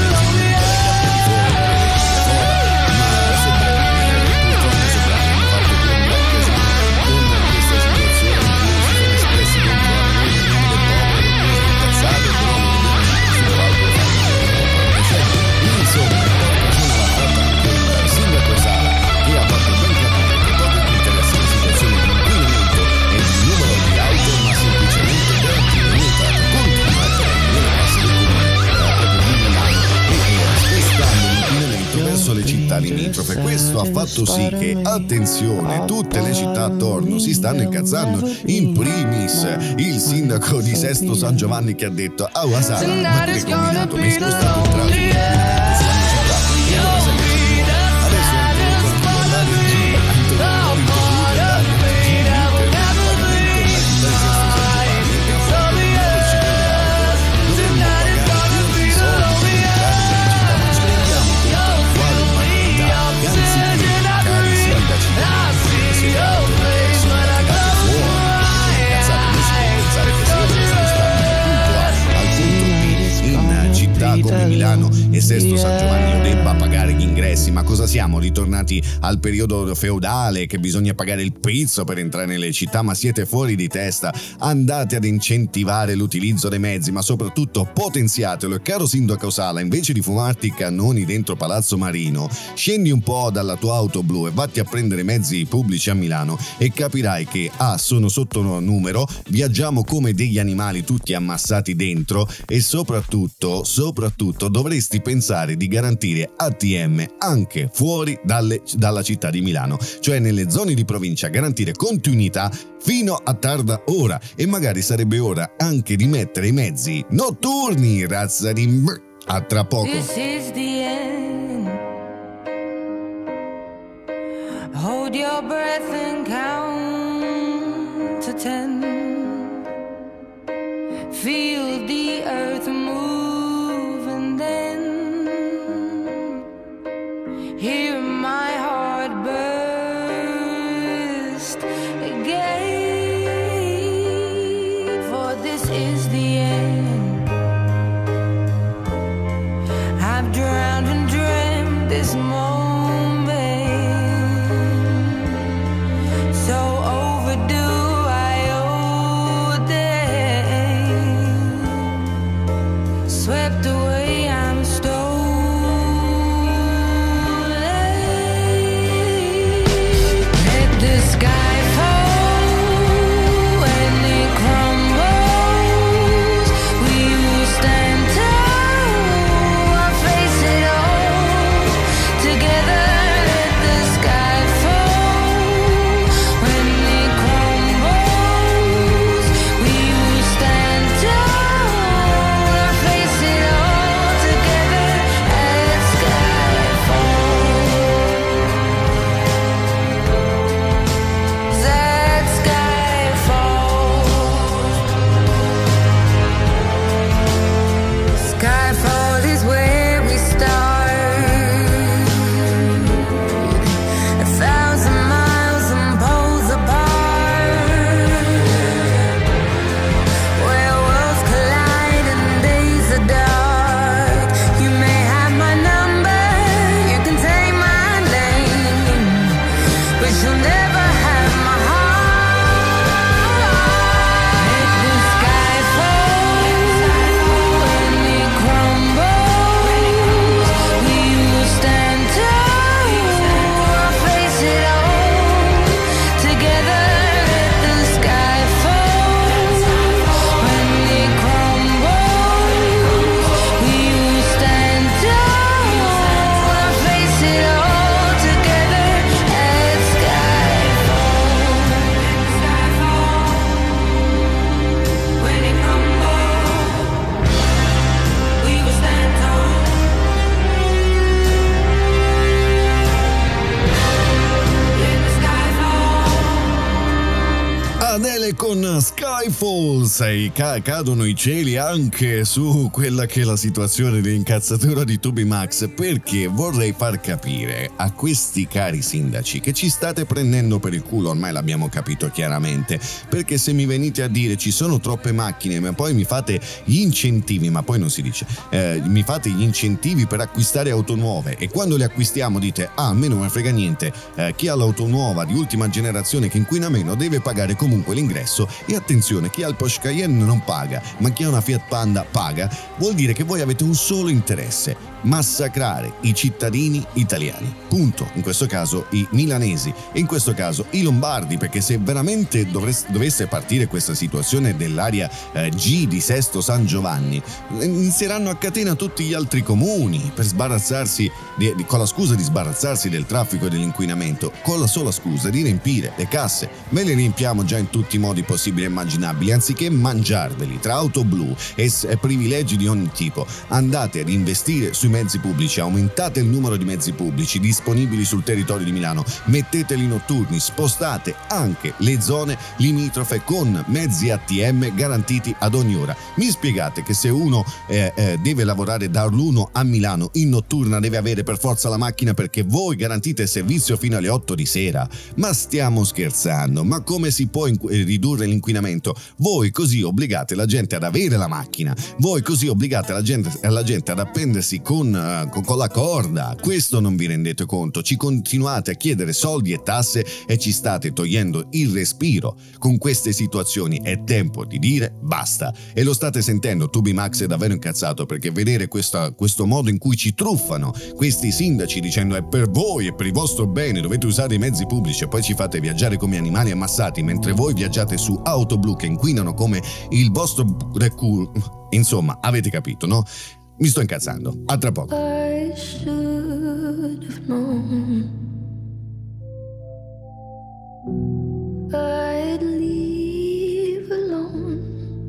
A: verso le città limitrofe. Questo ha fatto sì che, attenzione, tutte le città attorno si stanno incazzando, in primis il sindaco di Sesto San Giovanni che ha detto: "Ah, Wasala, ma che combinato, mi hai spostato il traffico sulla mia città". E allora sai che ci vuole? Adesso come Milano Milano e Sesto San Giovanni io debba pagare gli ingressi. Ma cosa siamo? Ritornati al periodo feudale che bisogna pagare il pizzo per entrare nelle città? Ma siete fuori di testa. Andate ad incentivare l'utilizzo dei mezzi, ma soprattutto potenziatelo. E caro sindaco Sala, invece di fumarti i cannoni dentro Palazzo Marino, scendi un po' dalla tua auto blu e vatti a prendere mezzi pubblici a Milano e capirai che sono sotto numero, viaggiamo come degli animali tutti ammassati dentro e soprattutto dovresti pensare di garantire ATM anche fuori dalla città di Milano, cioè nelle zone di provincia, garantire continuità fino a tarda ora. E magari sarebbe ora anche di mettere i mezzi notturni, razza di a tra poco.
B: This is the end. Hold your breath and count to 10. Feel the earth move and then hear my heart burst again. For this is the end. I've drowned and dreamt this moment, so overdue I owe them. Swept away, I'm stolen. Let the sky fall when it crumbles. We will stand tall, I'll face it all together. Let the sky fall when it crumbles. We will stand tall, I'll face it all together. Let sky fall. That sky falls. Skyfall is where we start. 1,000 miles and poles apart, where worlds collide and days are dark. You may have my number, you can take my name, but you'll never have my heart. Let the sky fall when it crumbles. We will stand tall, I'll face it all together. Let the sky fall when it crumbles. We will stand tall, I'll face it all together. Let sky fall. When it crumbles, we will stand tall. Let the sky fall.
A: Adele con Skyfalls. E cadono i cieli anche su quella che è la situazione di incazzatura di Tubi Max, perché vorrei far capire a questi cari sindaci che ci state prendendo per il culo, ormai l'abbiamo capito chiaramente, perché se mi venite a dire ci sono troppe macchine ma poi mi fate gli incentivi, ma poi non si dice, mi fate gli incentivi per acquistare auto nuove e quando le acquistiamo dite a me non me frega niente, chi ha l'auto nuova di ultima generazione che inquina meno deve pagare comunque l'ingresso. E attenzione, chi ha il Porsche Cayenne non paga, ma chi ha una Fiat Panda paga. Vuol dire che voi avete un solo interesse: massacrare i cittadini italiani, punto. In questo caso i milanesi e in questo caso i lombardi, perché se veramente dovesse partire questa situazione dell'area G di Sesto San Giovanni, inizieranno a catena tutti gli altri comuni per sbarazzarsi con la scusa di sbarazzarsi del traffico e dell'inquinamento, con la sola scusa di riempire le casse. Me le riempiamo già in tutti i modi possibili e immaginabili. Anziché mangiarveli tra auto blu e privilegi di ogni tipo, andate ad investire sui mezzi pubblici, aumentate il numero di mezzi pubblici disponibili sul territorio di Milano, metteteli notturni, spostate anche le zone limitrofe con mezzi ATM garantiti ad ogni ora. Mi spiegate che se uno deve lavorare dall'1 a Milano in notturna deve avere per forza la macchina perché voi garantite il servizio fino alle 8 di sera? Ma stiamo scherzando? Ma come si può ridurre l'inquinamento? voi così obbligate la gente ad avere la macchina, voi così obbligate la gente ad appendersi con la corda. Questo non vi rendete conto, ci continuate a chiedere soldi e tasse e ci state togliendo il respiro. Con queste situazioni è tempo di dire basta, e lo state sentendo. TubiMax è davvero incazzato perché vedere questo modo in cui ci truffano questi sindaci dicendo è per voi, è per il vostro bene, dovete usare i mezzi pubblici, e poi ci fate viaggiare come animali ammassati mentre voi viaggiate su auto blu che inquinano come il vostro insomma, avete capito, no? Mi sto incazzando. A tra poco.
D: I should have known I'd leave alone.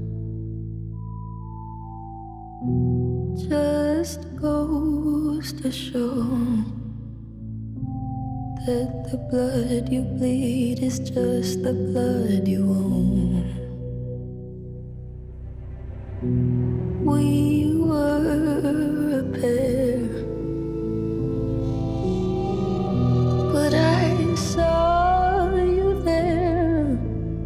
D: Just goes to show that the blood you bleed is just the blood you own. We were a pair, but I saw you there.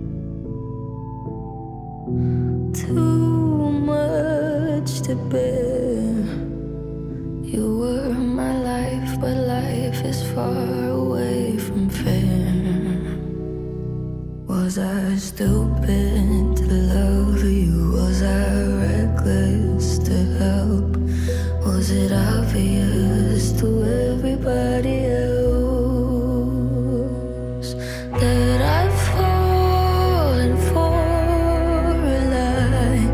D: Too much to bear. You were my life, but life is far away from fair. Was I stupid to love you? Was I reckless to help? Was it obvious to everybody else that I've fallen for a lie?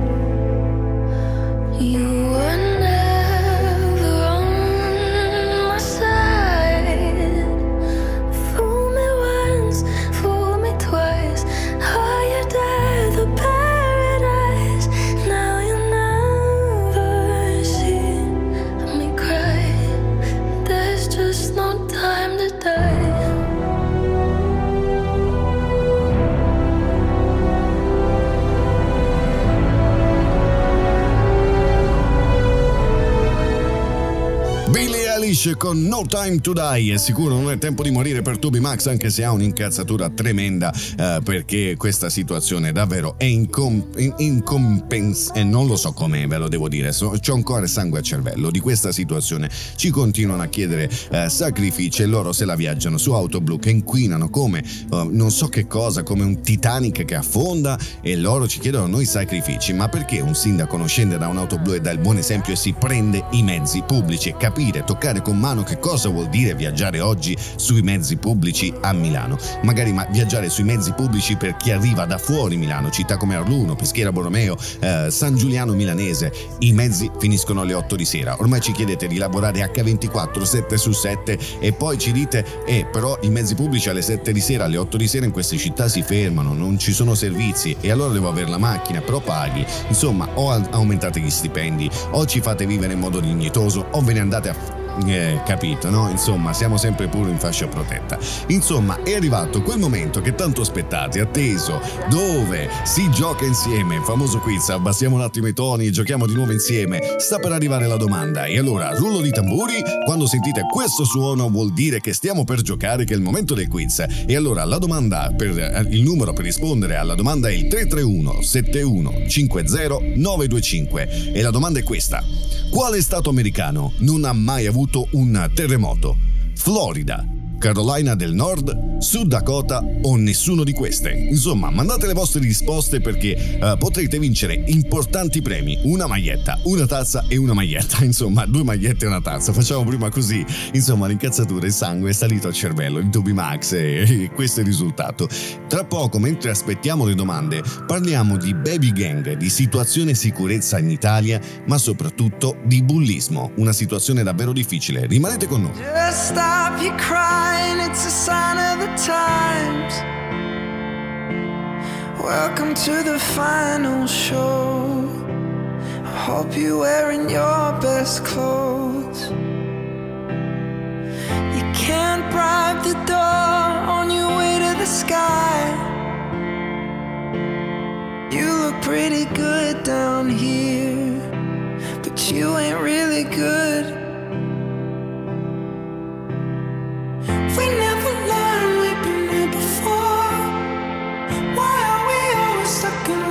D: You were never on my side. Fool me once, fool me twice. Hired at the paradise. Now you never see me cry. There's just no time to die.
A: Billie Eilish con No Time to Die. È sicuro non è tempo di morire per TubiMax, anche se ha un'incazzatura tremenda perché questa situazione davvero è e non lo so come ve lo devo dire, c'ho ancora sangue a cervello di questa situazione. Ci continuano a chiedere sacrifici e loro se la viaggiano su auto blu che inquinano come non so che cosa, come un Titanic che affonda, e loro ci chiedono a noi sacrifici. Ma perché un sindaco non scende da un'auto blu e dà il buon esempio e si prende i mezzi pubblici e capire, toccare con mano che cosa vuol dire viaggiare oggi sui mezzi pubblici a Milano? Magari viaggiare sui mezzi pubblici per chi arriva da fuori Milano, città come Arluno, Peschiera Borromeo, San Giuliano Milanese, i mezzi finiscono alle 8 di sera. Ormai ci chiedete di lavorare H24, 7 su 7, e poi ci dite però i mezzi pubblici alle 7 di sera, alle 8 di sera in queste città si fermano, non ci sono servizi, e allora devo avere la macchina, però paghi. Insomma, o aumentate gli stipendi, o ci fate vivere in modo dignitoso, o ve ne andate a capito, no? Insomma, siamo sempre pure in fascia protetta. Insomma, è arrivato quel momento che tanto aspettate, atteso, dove si gioca insieme, il famoso quiz. Abbassiamo un attimo i toni e giochiamo di nuovo insieme. Sta per arrivare la domanda, e allora rullo di tamburi. Quando sentite questo suono vuol dire che stiamo per giocare, che è il momento del quiz. E allora la domanda, il numero per rispondere alla domanda è il 331 71 50 925, e la domanda è questa: quale stato americano non ha mai avuto un terremoto? Florida, Carolina del Nord, Sud Dakota o nessuno di queste? Insomma, mandate le vostre risposte perché potrete vincere importanti premi: una maglietta, una tazza e una maglietta. Insomma, 2 magliette e una tazza. Facciamo prima così. Insomma, l'incazzatura, il sangue è salito al cervello di TubiMax, e questo è il risultato. Tra poco, mentre aspettiamo le domande, parliamo di baby gang, di situazione sicurezza in Italia, ma soprattutto di bullismo, una situazione davvero difficile. Rimanete con noi.
F: Just stop your crying, it's a sign of the times. Welcome to the final show. I hope you're wearing your best clothes. You can't bribe the door on your way to the sky. You look pretty good down here, but you ain't really good. We never learned, we've been here before. Why are we always stuck in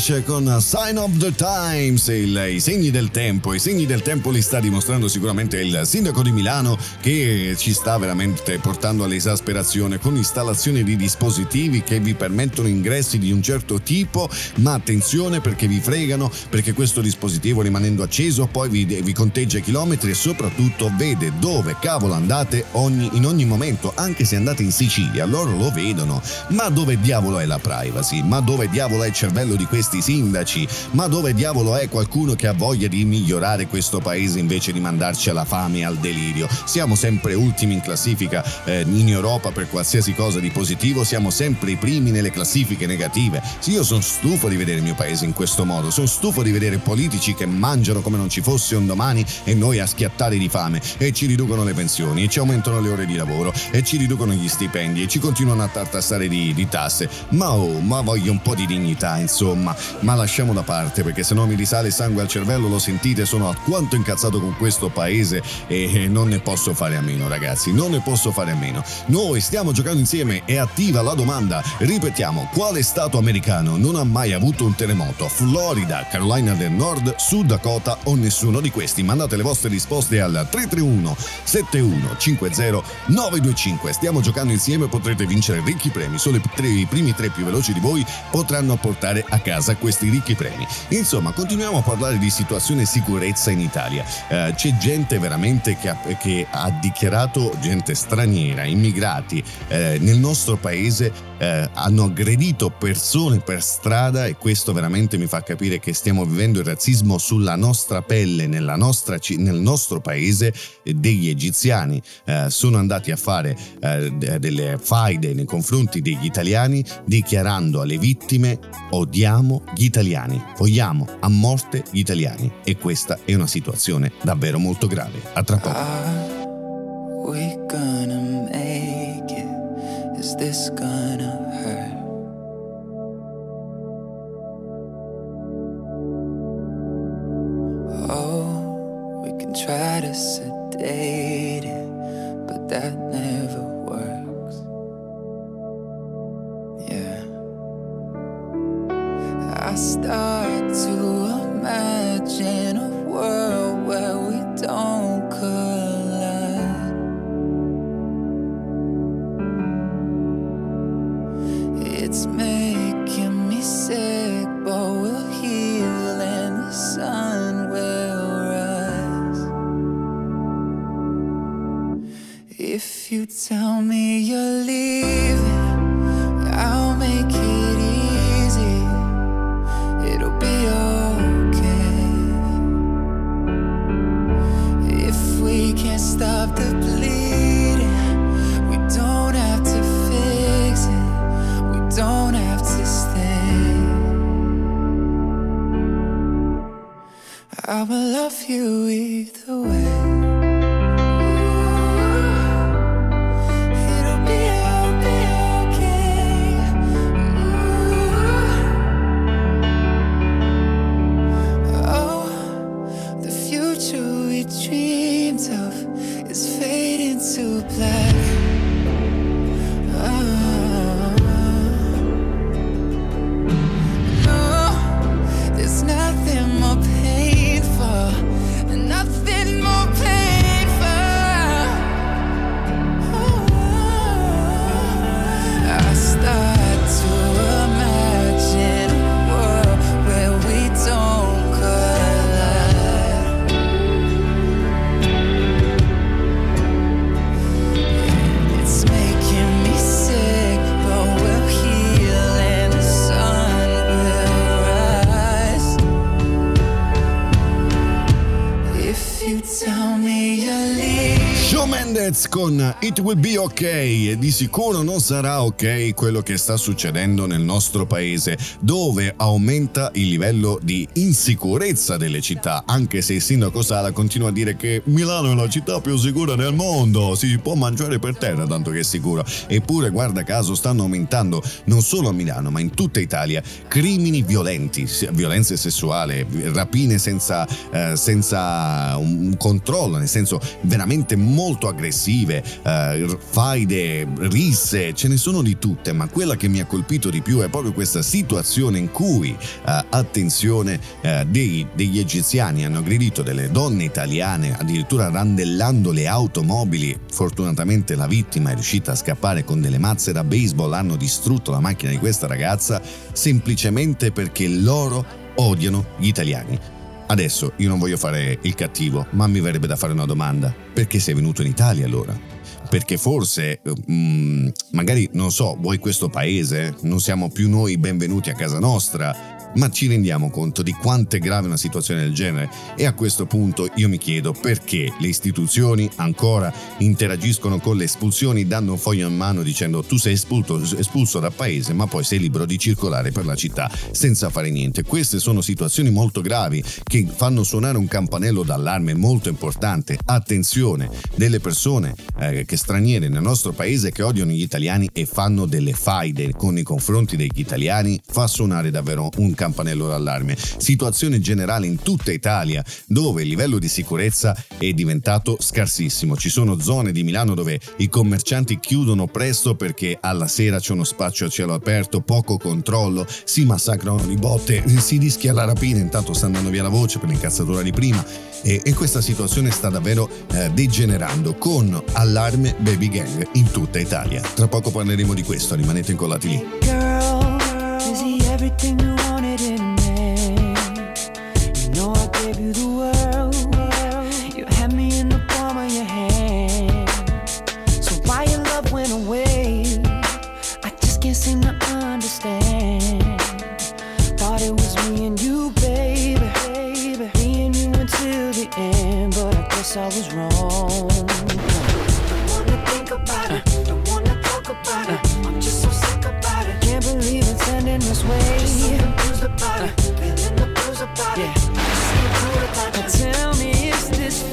A: Eilish con Sign of the Times, i segni del tempo. I segni del tempo li sta dimostrando sicuramente il sindaco di Milano, che ci sta veramente portando all'esasperazione con installazione di dispositivi che vi permettono ingressi di un certo tipo, ma attenzione perché vi fregano, perché questo dispositivo rimanendo acceso poi vi conteggia i chilometri e soprattutto vede dove cavolo andate in ogni momento, anche se andate in Sicilia, loro lo vedono. Ma dove diavolo è la privacy? Ma dove diavolo è il cervello di questi sindaci? Ma dove diavolo è qualcuno che ha voglia di migliorare questo paese invece di mandarci alla fame e al delirio? Siamo sempre ultimi in classifica in Europa per qualsiasi cosa di positivo, siamo sempre i primi nelle classifiche negative. Sì, io sono stufo di vedere il mio paese in questo modo, sono stufo di vedere politici che mangiano come non ci fosse un domani e noi a schiattare di fame, e ci riducono le pensioni e ci aumentano le ore di lavoro e ci riducono gli stipendi e ci continuano a tartassare di tasse. Ma voglio un po' di dignità, insomma. Ma lasciamo da parte, perché se no mi risale il sangue al cervello, lo sentite, sono alquanto incazzato con questo paese e non ne posso fare a meno, ragazzi, non ne posso fare a meno. Noi stiamo giocando insieme, è attiva la domanda. Ripetiamo, quale stato americano non ha mai avuto un terremoto? Florida, Carolina del Nord, Sud Dakota o nessuno di questi? Mandate le vostre risposte al 331 7150 925. Stiamo giocando insieme, potrete vincere ricchi premi. Solo i primi 3 più veloci di voi potranno portare a casa questi ricchi premi. Insomma, continuiamo a parlare di situazione sicurezza in Italia. C'è gente veramente che ha dichiarato, gente straniera, immigrati nel nostro paese, hanno aggredito persone per strada, e questo veramente mi fa capire che stiamo vivendo il razzismo sulla nostra pelle, nel nostro paese. Degli egiziani sono andati a fare delle faide nei confronti degli italiani, dichiarando alle vittime: odiamo gli italiani, vogliamo a morte gli italiani. E questa è una situazione davvero molto grave. A tra poco.
F: Are we gonna make it? Is this gonna hurt? Oh, we can try to sedate it, but that never works. Yeah. I start to imagine a world where we don't collide. It's making me sick, but we'll heal and the sun will rise. If you tell me you're leaving, I'll make it easy. It'll be okay. If we can't stop the bleeding, we don't have to fix it. We don't have to stay. I will love you either way. To black. No, there's nothing more painful, nothing more painful. I start to imagine a world where we don't collide. It's making me sick, but we'll heal and the sun will rise. If you tell me you're leaving.
A: Shawn Mendes con It Will Be Ok. E di sicuro non sarà ok quello che sta succedendo nel nostro paese, dove aumenta il livello di insicurezza delle città, anche se il sindaco Sala continua a dire che Milano è la città più sicura del mondo, si può mangiare per terra tanto che è sicuro. Eppure, guarda caso, stanno aumentando non solo a Milano ma in tutta Italia crimini violenti, violenze sessuali, rapine senza un controllo, nel senso veramente molto molto aggressive, faide, risse, ce ne sono di tutte, ma quella che mi ha colpito di più è proprio questa situazione in cui, attenzione, degli egiziani hanno aggredito delle donne italiane, addirittura randellando le automobili. Fortunatamente la vittima è riuscita a scappare con delle mazze da baseball, hanno distrutto la macchina di questa ragazza semplicemente perché loro odiano gli italiani. Adesso io non voglio fare il cattivo, ma mi verrebbe da fare una domanda: perché sei venuto in Italia allora? Perché forse, magari, non so, vuoi questo paese? Non siamo più noi benvenuti a casa nostra? Ma ci rendiamo conto di quanto è grave una situazione del genere? E a questo punto io mi chiedo perché le istituzioni ancora interagiscono con le espulsioni, dando un foglio in mano dicendo tu sei espulso dal paese, ma poi sei libero di circolare per la città senza fare niente. Queste sono situazioni molto gravi che fanno suonare un campanello d'allarme molto importante. Attenzione, delle persone che straniere nel nostro paese che odiano gli italiani e fanno delle faide con i confronti degli italiani fa suonare davvero un campanello d'allarme. Situazione generale in tutta Italia dove il livello di sicurezza è diventato scarsissimo. Ci sono zone di Milano dove i commercianti chiudono presto perché alla sera c'è uno spaccio a cielo aperto, poco controllo, si massacrano di botte, si rischia la rapina, intanto sta andando via la voce per l'incazzatura di prima e questa situazione sta davvero degenerando con allarme baby gang in tutta Italia. Tra poco parleremo di questo, rimanete incollati lì.
F: Girl, is he everything you wanted in a man? You know I gave you the world. You had me in the palm of your hand. So why your love went away? I just can't seem to understand. Thought it was me and you, baby. Me and you until the end, but I guess I was wrong. Don't wanna think about it, don't wanna talk about it. I'm just so sick about it. Can't believe it's ending this way. Just so confused about it, feeling the blues about it. I just can't do it without you. Tell me, is this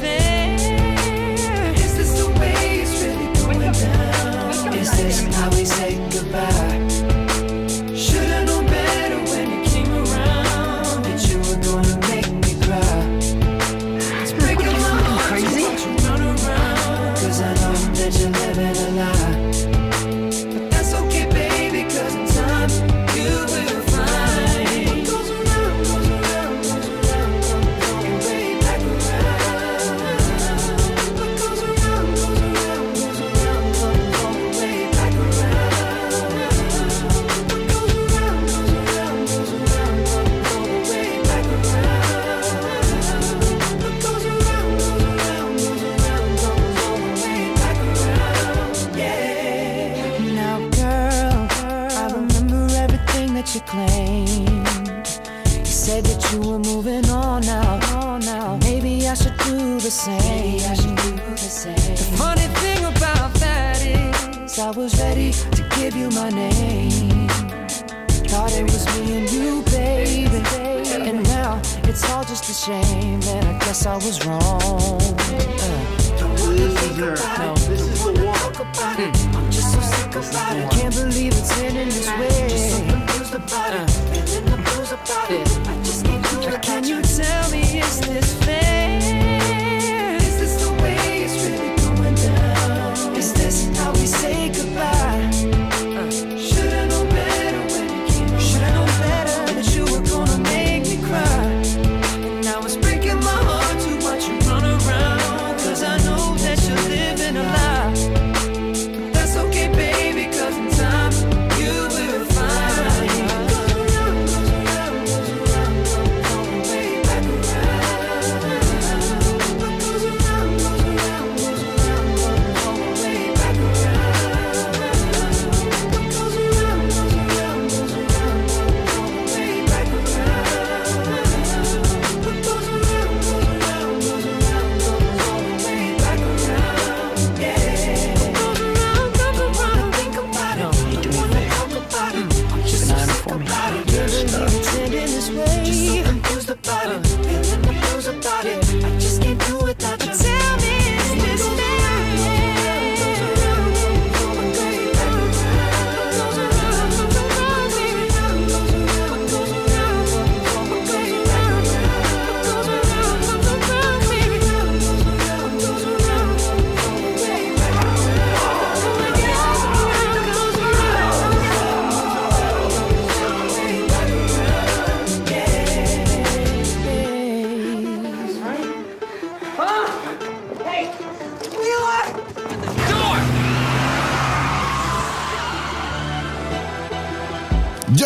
F: fair? Is this the way it's really going down? Is this how we say goodbye? Should've known better when you came around that you were gonna make me cry. It's breaking my heart to watch you run around, 'cause I know that you're living a lie. But that's okay, baby, 'cause in time you will find. What goes around, goes around, goes around, comes way back around. What goes around, goes around, goes around, comes way back around. What goes around, goes around, goes around, comes way back around. What goes around, goes around, goes around, comes way back around. Yeah. Now, girl, I remember everything that you claimed. You said that you were moving on now. Maybe I should do the same. The funny thing about that is I was ready to give you my name. Thought it was me and you, baby. And now it's all just a shame, and I guess I was wrong. Don't wanna think about it, don't wanna talk about it. I'm just so sick about it. Can't believe it's ending this way. Just so confused about it, feeling the blues about it. I just can't do it. Can you tell me, is this fair? Is this the way it's really going down? Is this how we say goodbye? Should've known better when you came around. Should've known better that you were gonna make me cry. And now it's breaking my heart to watch you run around, 'cause I know that you're living a lie. But that's okay, baby, 'cause in time you will find. Goes around, goes around, goes around, comes way back around. What goes around, goes around, goes around, comes way back around. What goes around, goes around, goes around, comes way back around. What goes around, goes around, goes around, comes way back around. Yeah. What goes around, comes around. Think about it. Don't wanna talk about it. I'm just so sick about it. Can't believe it's ending this way. Just so confused about it, feeling the blues about it. I just can't do it without you. Tell me, is this fair?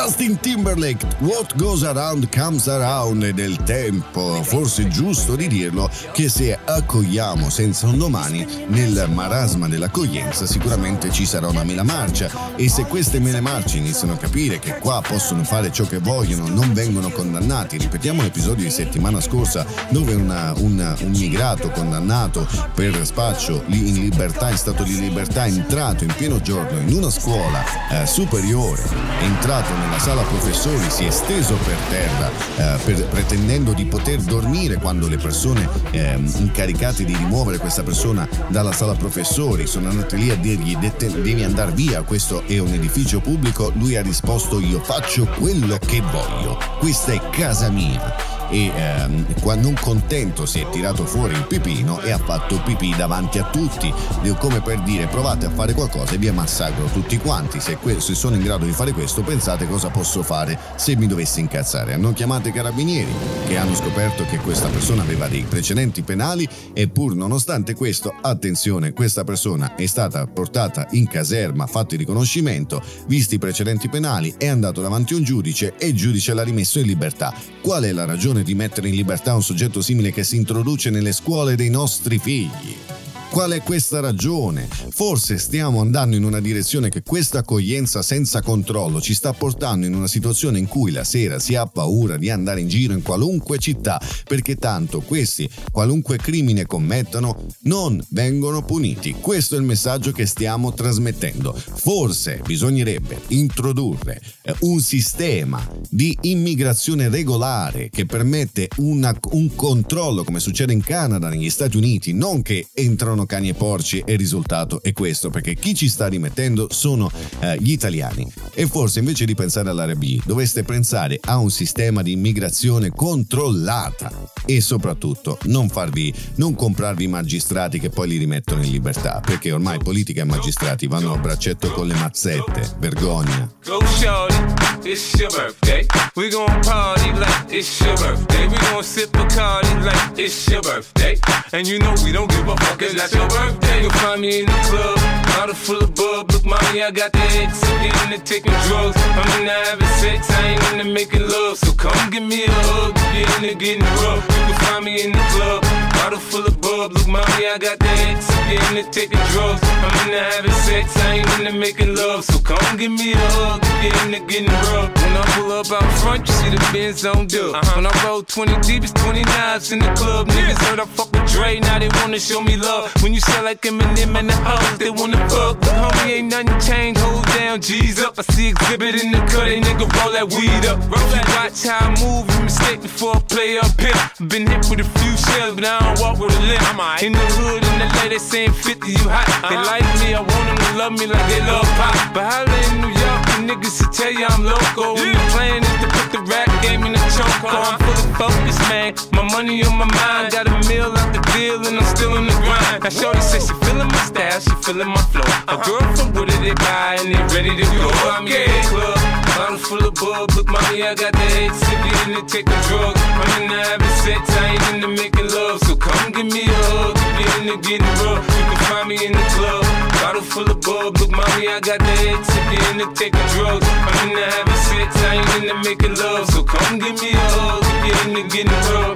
A: Justin Timberlake, What Goes Around Comes Around. È del tempo, forse giusto di dirlo, che se accogliamo senza un domani nel marasma dell'accoglienza sicuramente ci sarà una mela marcia, e se queste mele marce iniziano a capire che qua possono fare ciò che vogliono, non vengono condannati. Ripetiamo l'episodio di settimana scorsa dove un migrato condannato per spaccio in libertà, in stato di libertà, è entrato in pieno giorno in una scuola superiore, è entrato nella sala professori, si è steso per terra pretendendo di poter dormire quando le persone incaricate di rimuovere questa persona dalla sala professori sono andate lì a dirgli devi andare via, questo è un edificio pubblico. Lui ha risposto: io faccio quello che voglio, questa è casa mia. E qua non contento si è tirato fuori il pipino e ha fatto pipì davanti a tutti, come per dire: provate a fare qualcosa e vi massacro tutti quanti, se sono in grado di fare questo pensate cosa posso fare se mi dovessi incazzare. Hanno chiamato i carabinieri che hanno scoperto che questa persona aveva dei precedenti penali, e pur nonostante questo, attenzione, questa persona è stata portata in caserma, fatto il riconoscimento, visti i precedenti penali, è andato davanti a un giudice e il giudice l'ha rimesso in libertà. Qual è la ragione di mettere in libertà un soggetto simile che si introduce nelle scuole dei nostri figli? Qual è questa ragione? Forse stiamo andando in una direzione che questa accoglienza senza controllo ci sta portando in una situazione in cui la sera si ha paura di andare in giro in qualunque città, perché tanto questi, qualunque crimine commettano, non vengono puniti. Questo è il messaggio che stiamo trasmettendo. Forse bisognerebbe introdurre un sistema di immigrazione regolare che permette un controllo, come succede in Canada, negli Stati Uniti, non che entrano cani e porci e il risultato è questo, perché chi ci sta rimettendo sono gli italiani. E forse invece di pensare all'area B dovreste pensare a un sistema di immigrazione controllata, e soprattutto non comprarvi magistrati che poi li rimettono in libertà, perché ormai politica e magistrati vanno a braccetto con le mazzette. Vergogna.
C: Go shorty, it's your birthday. We gon' party like it's your birthday. We gon' sip Bacardi like it's your birthday. And you know we don't give a fuck, it's not your birthday. You'll find me in the club, bottle full of bub. Look, mommy, I got the X, I'm getting into taking drugs. I'm into having sex, I ain't into making love. So come give me a hug, get into getting rough. You can find me in the club, bottle full of bub. Look, mommy, I got the X, I'm getting into taking drugs. I'm into having sex, I ain't into making love. So come give me a hug, get into getting rough. When I pull up out front, you see the Benz on dub. When I roll 20 deep, it's 20 knives in the club. Niggas heard I fuck with Dre, now they wanna show me love. When you sell like Eminem and the hoes, they wanna fuck. But homie, ain't nothing changed, hold down, G's up. I see exhibit in the cut, they nigga roll that weed up. Roll that, watch how I move, you mistake before I play up here. Been hit with a few shells, but I don't walk with a limp. In the hood, in the LA, they saying 50, you hot. They like me, I want them to love me like they love pop. But holla in New York, the niggas will tell you I'm local. And the plan is to put the rap game in the choke. I'm full of focus, man. My money on my mind, got a meal out the deal, and I'm still in the grind. Now shorty says she feeling my style, she feeling my flow. A girl from Wooded, they buy and they ready to go. I'm in the club, bottle full of bub. Look, mommy, I got the head sippy in to take the drugs. I'm into having sex, I ain't into making love. So come give me a hug, get into getting rough. You can find me in the club, bottle full of bub. Look, mommy, I got the head sippy in to take the drugs. I'm into having sex, I ain't into making love. So come give me a hug, get into getting rough.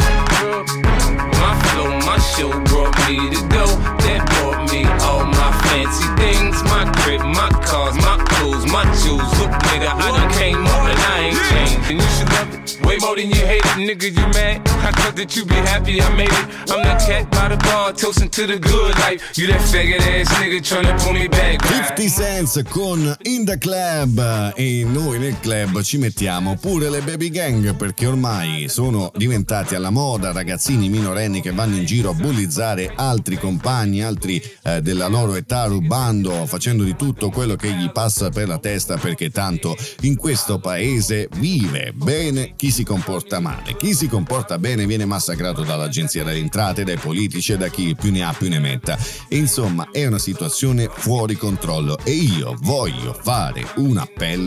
C: My flow, my show brought me to go. That brought me all my fancy things. My crib, my cars, my clothes, my jewels. Look, nigga, I done came up and I ain't changed. And you should love it way more than you hate it. Nigga, you mad? I thought that you be happy I made it. I'm that cat by the bar, toasting to the good life. You that faggot ass nigga tryna pull me back.
A: 50 Cent con In The Club, e noi nel club ci mettiamo pure le baby gang, perché ormai sono diventati alla moda ragazzini minorenni che vanno in giro a bullizzare altri compagni, altri della loro età, rubando, facendo di tutto quello che gli passa per la testa, perché tanto in questo paese vive bene chi si comporta male. Chi si comporta bene viene massacrato dall'agenzia delle entrate, dai politici e da chi più ne ha più ne metta. E insomma è una situazione fuori controllo, e io voglio fare un appello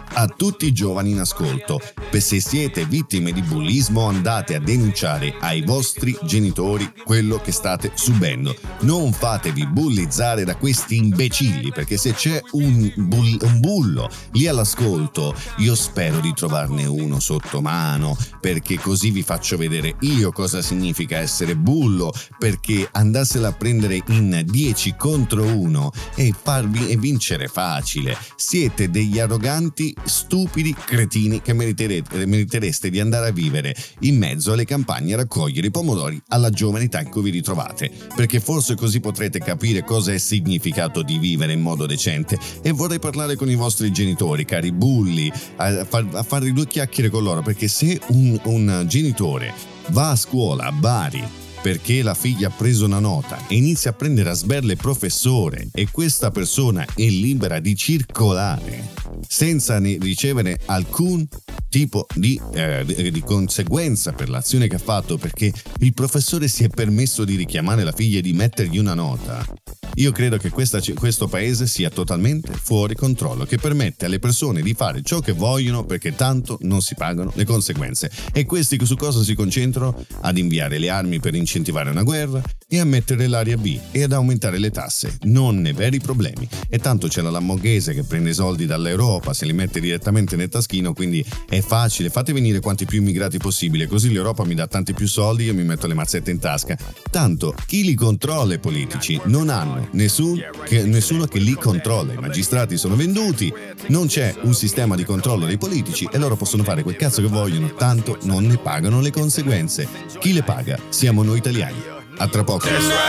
A: A tutti i giovani in ascolto, se siete vittime di bullismo andate a denunciare ai vostri genitori quello che state subendo. Non fatevi bullizzare da questi imbecilli, perché se c'è un bullo lì all'ascolto, io spero di trovarne uno sotto mano, perché così vi faccio vedere io cosa significa essere bullo, perché andarsela a prendere in 10 contro 1 e farvi vincere facile. Siete degli arroganti, stupidi cretini che meritereste di andare a vivere in mezzo alle campagne a raccogliere i pomodori alla giovane età in cui vi ritrovate, perché forse così potrete capire cosa è significato di vivere in modo decente. E vorrei parlare con i vostri genitori, cari bulli, a fare due chiacchiere con loro, perché se un genitore va a scuola a Bari perché la figlia ha preso una nota e inizia a prendere a sberle il professore, e questa persona è libera di circolare senza ricevere alcun tipo di conseguenza per l'azione che ha fatto, perché il professore si è permesso di richiamare la figlia e di mettergli una nota, io credo che questo paese sia totalmente fuori controllo, che permette alle persone di fare ciò che vogliono perché tanto non si pagano le conseguenze. E questi su cosa si concentrano? Ad inviare le armi per incentivare una guerra e a mettere l'area B e ad aumentare le tasse, non nei veri problemi. E tanto c'è la Lamborghese che prende i soldi dall'Europa, se li mette direttamente nel taschino, quindi è facile, fate venire quanti più immigrati possibile, così l'Europa mi dà tanti più soldi, io mi metto le mazzette in tasca. Tanto chi li controlla i politici? Non hanno nessuno che li controlla, i magistrati sono venduti, non c'è un sistema di controllo dei politici e loro possono fare quel cazzo che vogliono, tanto non ne pagano le conseguenze. Chi le paga? Siamo noi italiani. A tra poco.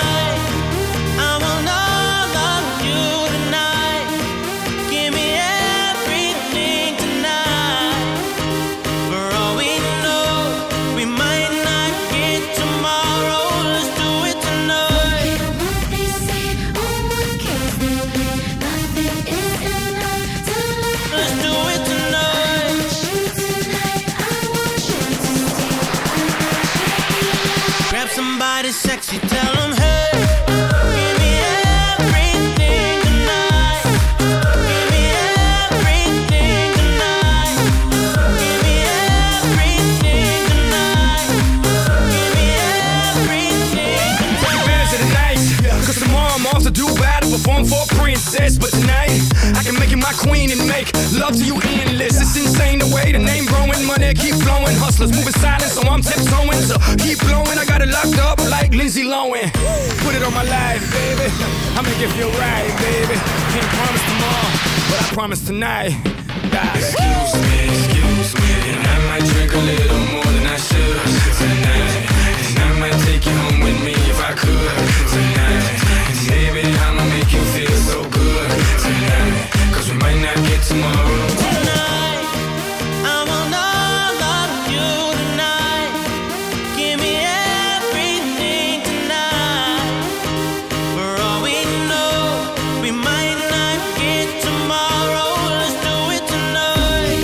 C: Somebody sexy, tell them, hey, give me everything tonight. Give me everything tonight. Give me everything tonight. Give me everything tonight.
G: Take advantage of the night, cause tomorrow I'm off to Dubai to perform for a princess. But tonight, I can make you my queen and make love to you endless. It's insane the way the name growing, money keep flowing. Hustlers moving silent, so I'm tiptoeing. So keep blowing, I got it locked up like Lindsay Lohan. Put it on my life, baby. I'll make it feel right, baby. Can't promise tomorrow, but I promise tonight.
H: Excuse me, and I might drink a little more than I should tonight. And I might take you home with me if I could tonight. And baby, I'ma make you feel so good tonight. Cause we might not get tomorrow.
C: Tonight, I want all of you tonight. Give me everything tonight. For all we know, we might not get tomorrow. Let's do it tonight.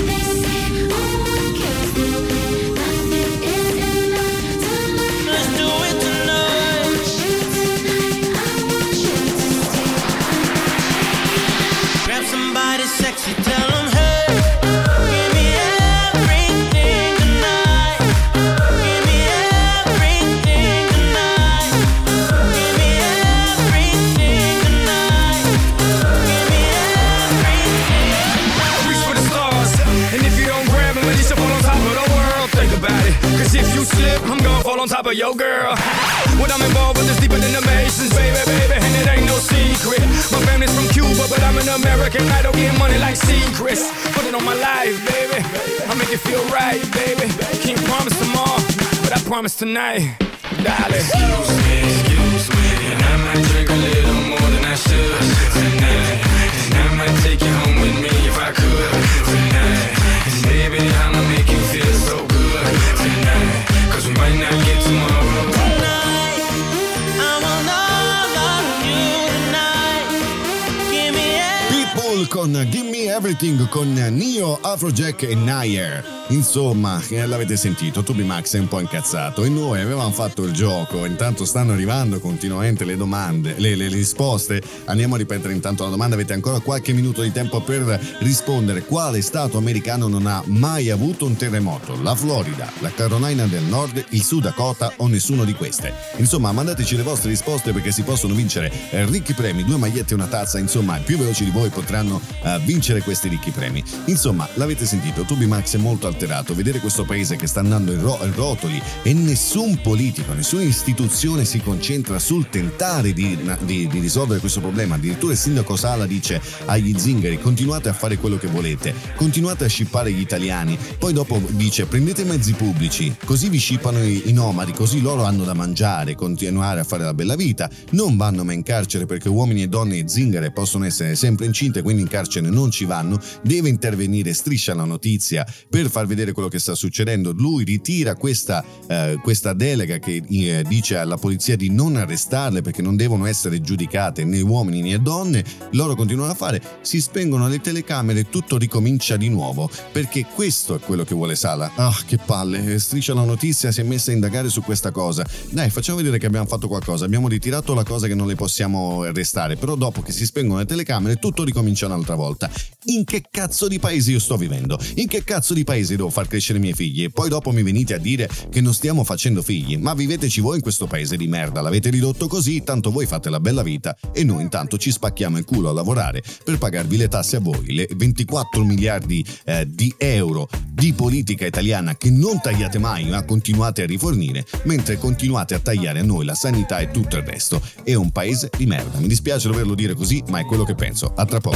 C: Let's do it tonight. Grab somebody sexy, tell them, hey, give me everything tonight. Give me everything tonight. Give me everything tonight. Give me everything.
G: Reach for the stars, and if you don't grab them, at least you fall on top of the world. Think about it, cause if you slip, I'm gonna fall on top of your girl. What I'm involved with is deeper than the Masons, baby, and it ain't no secret. My family's from Cuba, but I'm an American idol, getting money like secrets. Put it on my life, baby, I'll make it feel right, baby. Can't promise tomorrow, but I promise tonight, darling.
H: Excuse me, and I might drink a little more than I should tonight. And I might take you home with me if I could tonight. And baby, I'ma make you feel so good tonight. Cause we might not get tomorrow.
C: Tonight, I want all of you tonight. Give me
A: Pitbull con Give Me Everything con Neo, Afrojack e Nair. Insomma, l'avete sentito, Tubi Max è un po' incazzato e noi avevamo fatto il gioco. Intanto stanno arrivando continuamente le domande, le risposte. Andiamo a ripetere intanto la domanda, avete ancora qualche minuto di tempo per rispondere. Quale stato americano non ha mai avuto un terremoto? La Florida, la Carolina del Nord, il Sud Dakota o nessuno di queste? Insomma, mandateci le vostre risposte perché si possono vincere ricchi premi, 2 magliette e una tazza. Insomma, i più veloci di voi potranno vincere questi ricchi premi. Insomma, l'avete sentito, Tubi Max è molto alterato. Vedere questo paese che sta andando in rotoli e nessun politico, nessuna istituzione si concentra sul tentare di risolvere questo problema. Addirittura il sindaco Sala dice agli zingari: continuate a fare quello che volete, continuate a scippare gli italiani. Poi dopo dice: prendete i mezzi pubblici, così vi scippano i nomadi, così loro hanno da mangiare, continuare a fare la bella vita, non vanno mai in carcere perché uomini e donne e zingare possono essere sempre incinte, quindi in carcere non ci vanno. Deve intervenire Striscia la Notizia per far vedere quello che sta succedendo. Lui ritira questa delega che dice alla polizia di non arrestarle perché non devono essere giudicate né uomini né donne. Loro continuano a fare, si spengono le telecamere, tutto ricomincia di nuovo perché questo è quello che vuole Sala. Che palle, Striscia la Notizia si è messa a indagare su questa cosa. Dai, facciamo vedere che abbiamo fatto qualcosa, abbiamo ritirato la cosa che non le possiamo arrestare, però dopo che si spengono le telecamere tutto ricomincia un'altra volta. In che cazzo di paese io sto vivendo? In che cazzo di paese devo far crescere i miei figli? E poi dopo mi venite a dire che non stiamo facendo figli. Ma viveteci voi in questo paese di merda, l'avete ridotto così, tanto voi fate la bella vita e noi intanto ci spacchiamo il culo a lavorare per pagarvi le tasse a voi, le 24 miliardi di euro di politica italiana che non tagliate mai ma continuate a rifornire, mentre continuate a tagliare a noi la sanità e tutto il resto. È un paese di merda, mi dispiace doverlo dire così, ma è quello che penso. A tra poco.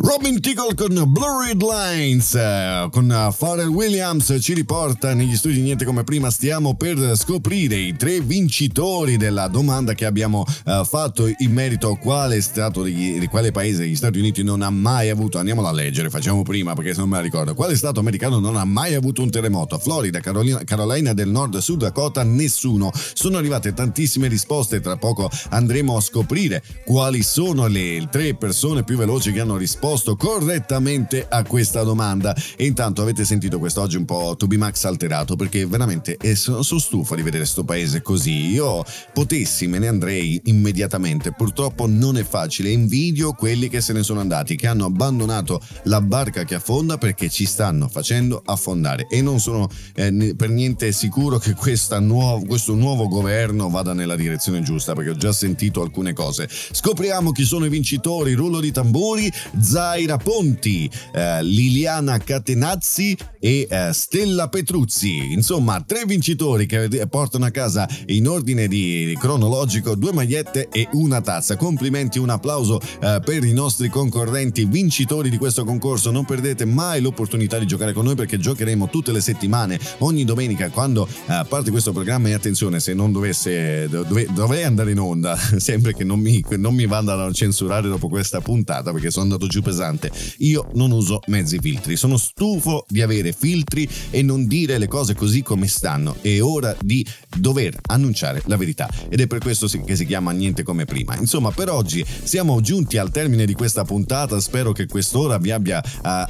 A: Robin Tickle con Blurred Lines, con Pharrell Williams ci riporta negli studi Niente Come Prima. Stiamo per scoprire i 3 vincitori della domanda che abbiamo fatto in merito a quale stato di quale paese degli Stati Uniti non ha mai avuto, andiamola a leggere, facciamo prima perché se non me la ricordo, quale stato americano non ha mai avuto un terremoto? Florida, Carolina del Nord, Sud Dakota, nessuno. Sono arrivate tantissime risposte, tra poco andremo a scoprire quali sono le 3 persone più veloci che hanno risposto correttamente a questa domanda. E intanto avete sentito quest'oggi un po' Toby Max alterato, perché veramente sono stufo di vedere sto paese così. Io potessi me ne andrei immediatamente, purtroppo non è facile. Invidio quelli che se ne sono andati, che hanno abbandonato la barca che affonda, perché ci stanno facendo affondare e non sono per niente sicuro che questo nuovo governo vada nella direzione giusta, perché ho già sentito alcune cose. Scopriamo chi sono i vincitori. Rullo di tamburi: Zaira Ponti, Liliana Catenazzi e Stella Petruzzi. Insomma, 3 vincitori che portano a casa in ordine di cronologico 2 magliette e una tazza. Complimenti, un applauso per i nostri concorrenti vincitori di questo concorso. Non perdete mai l'opportunità di giocare con noi, perché giocheremo tutte le settimane, ogni domenica quando parte questo programma. E attenzione, se non dovrei andare in onda, sempre che non mi vadano a censurare dopo questa puntata, perché sono andato giù pesante. Io non uso mezzi filtri, sono stufo di avere filtri e non dire le cose così come stanno. È ora di dover annunciare la verità, ed è per questo che si chiama Niente Come Prima. Insomma, per oggi siamo giunti al termine di questa puntata. Spero che quest'ora vi abbia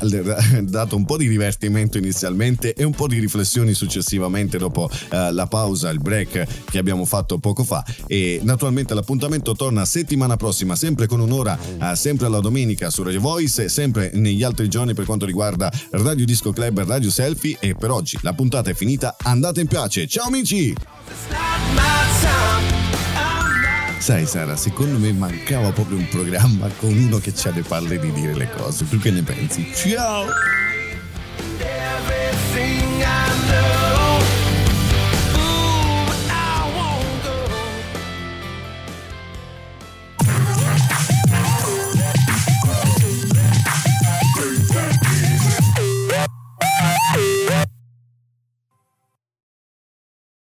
A: dato un po' di divertimento inizialmente e un po' di riflessioni successivamente, dopo la pausa, il break che abbiamo fatto poco fa. E naturalmente l'appuntamento torna settimana prossima, sempre con un'ora, sempre alla domenica su Radio Voice, sempre negli altri giorni per quanto riguarda Radio Disco Club e Radio Selfie. E per oggi la puntata è finita, andate in pace, ciao amici! Sai Sara, secondo me mancava proprio un programma con uno che c'ha le palle di dire le cose. Tu che ne pensi? Ciao!
C: Everything I know.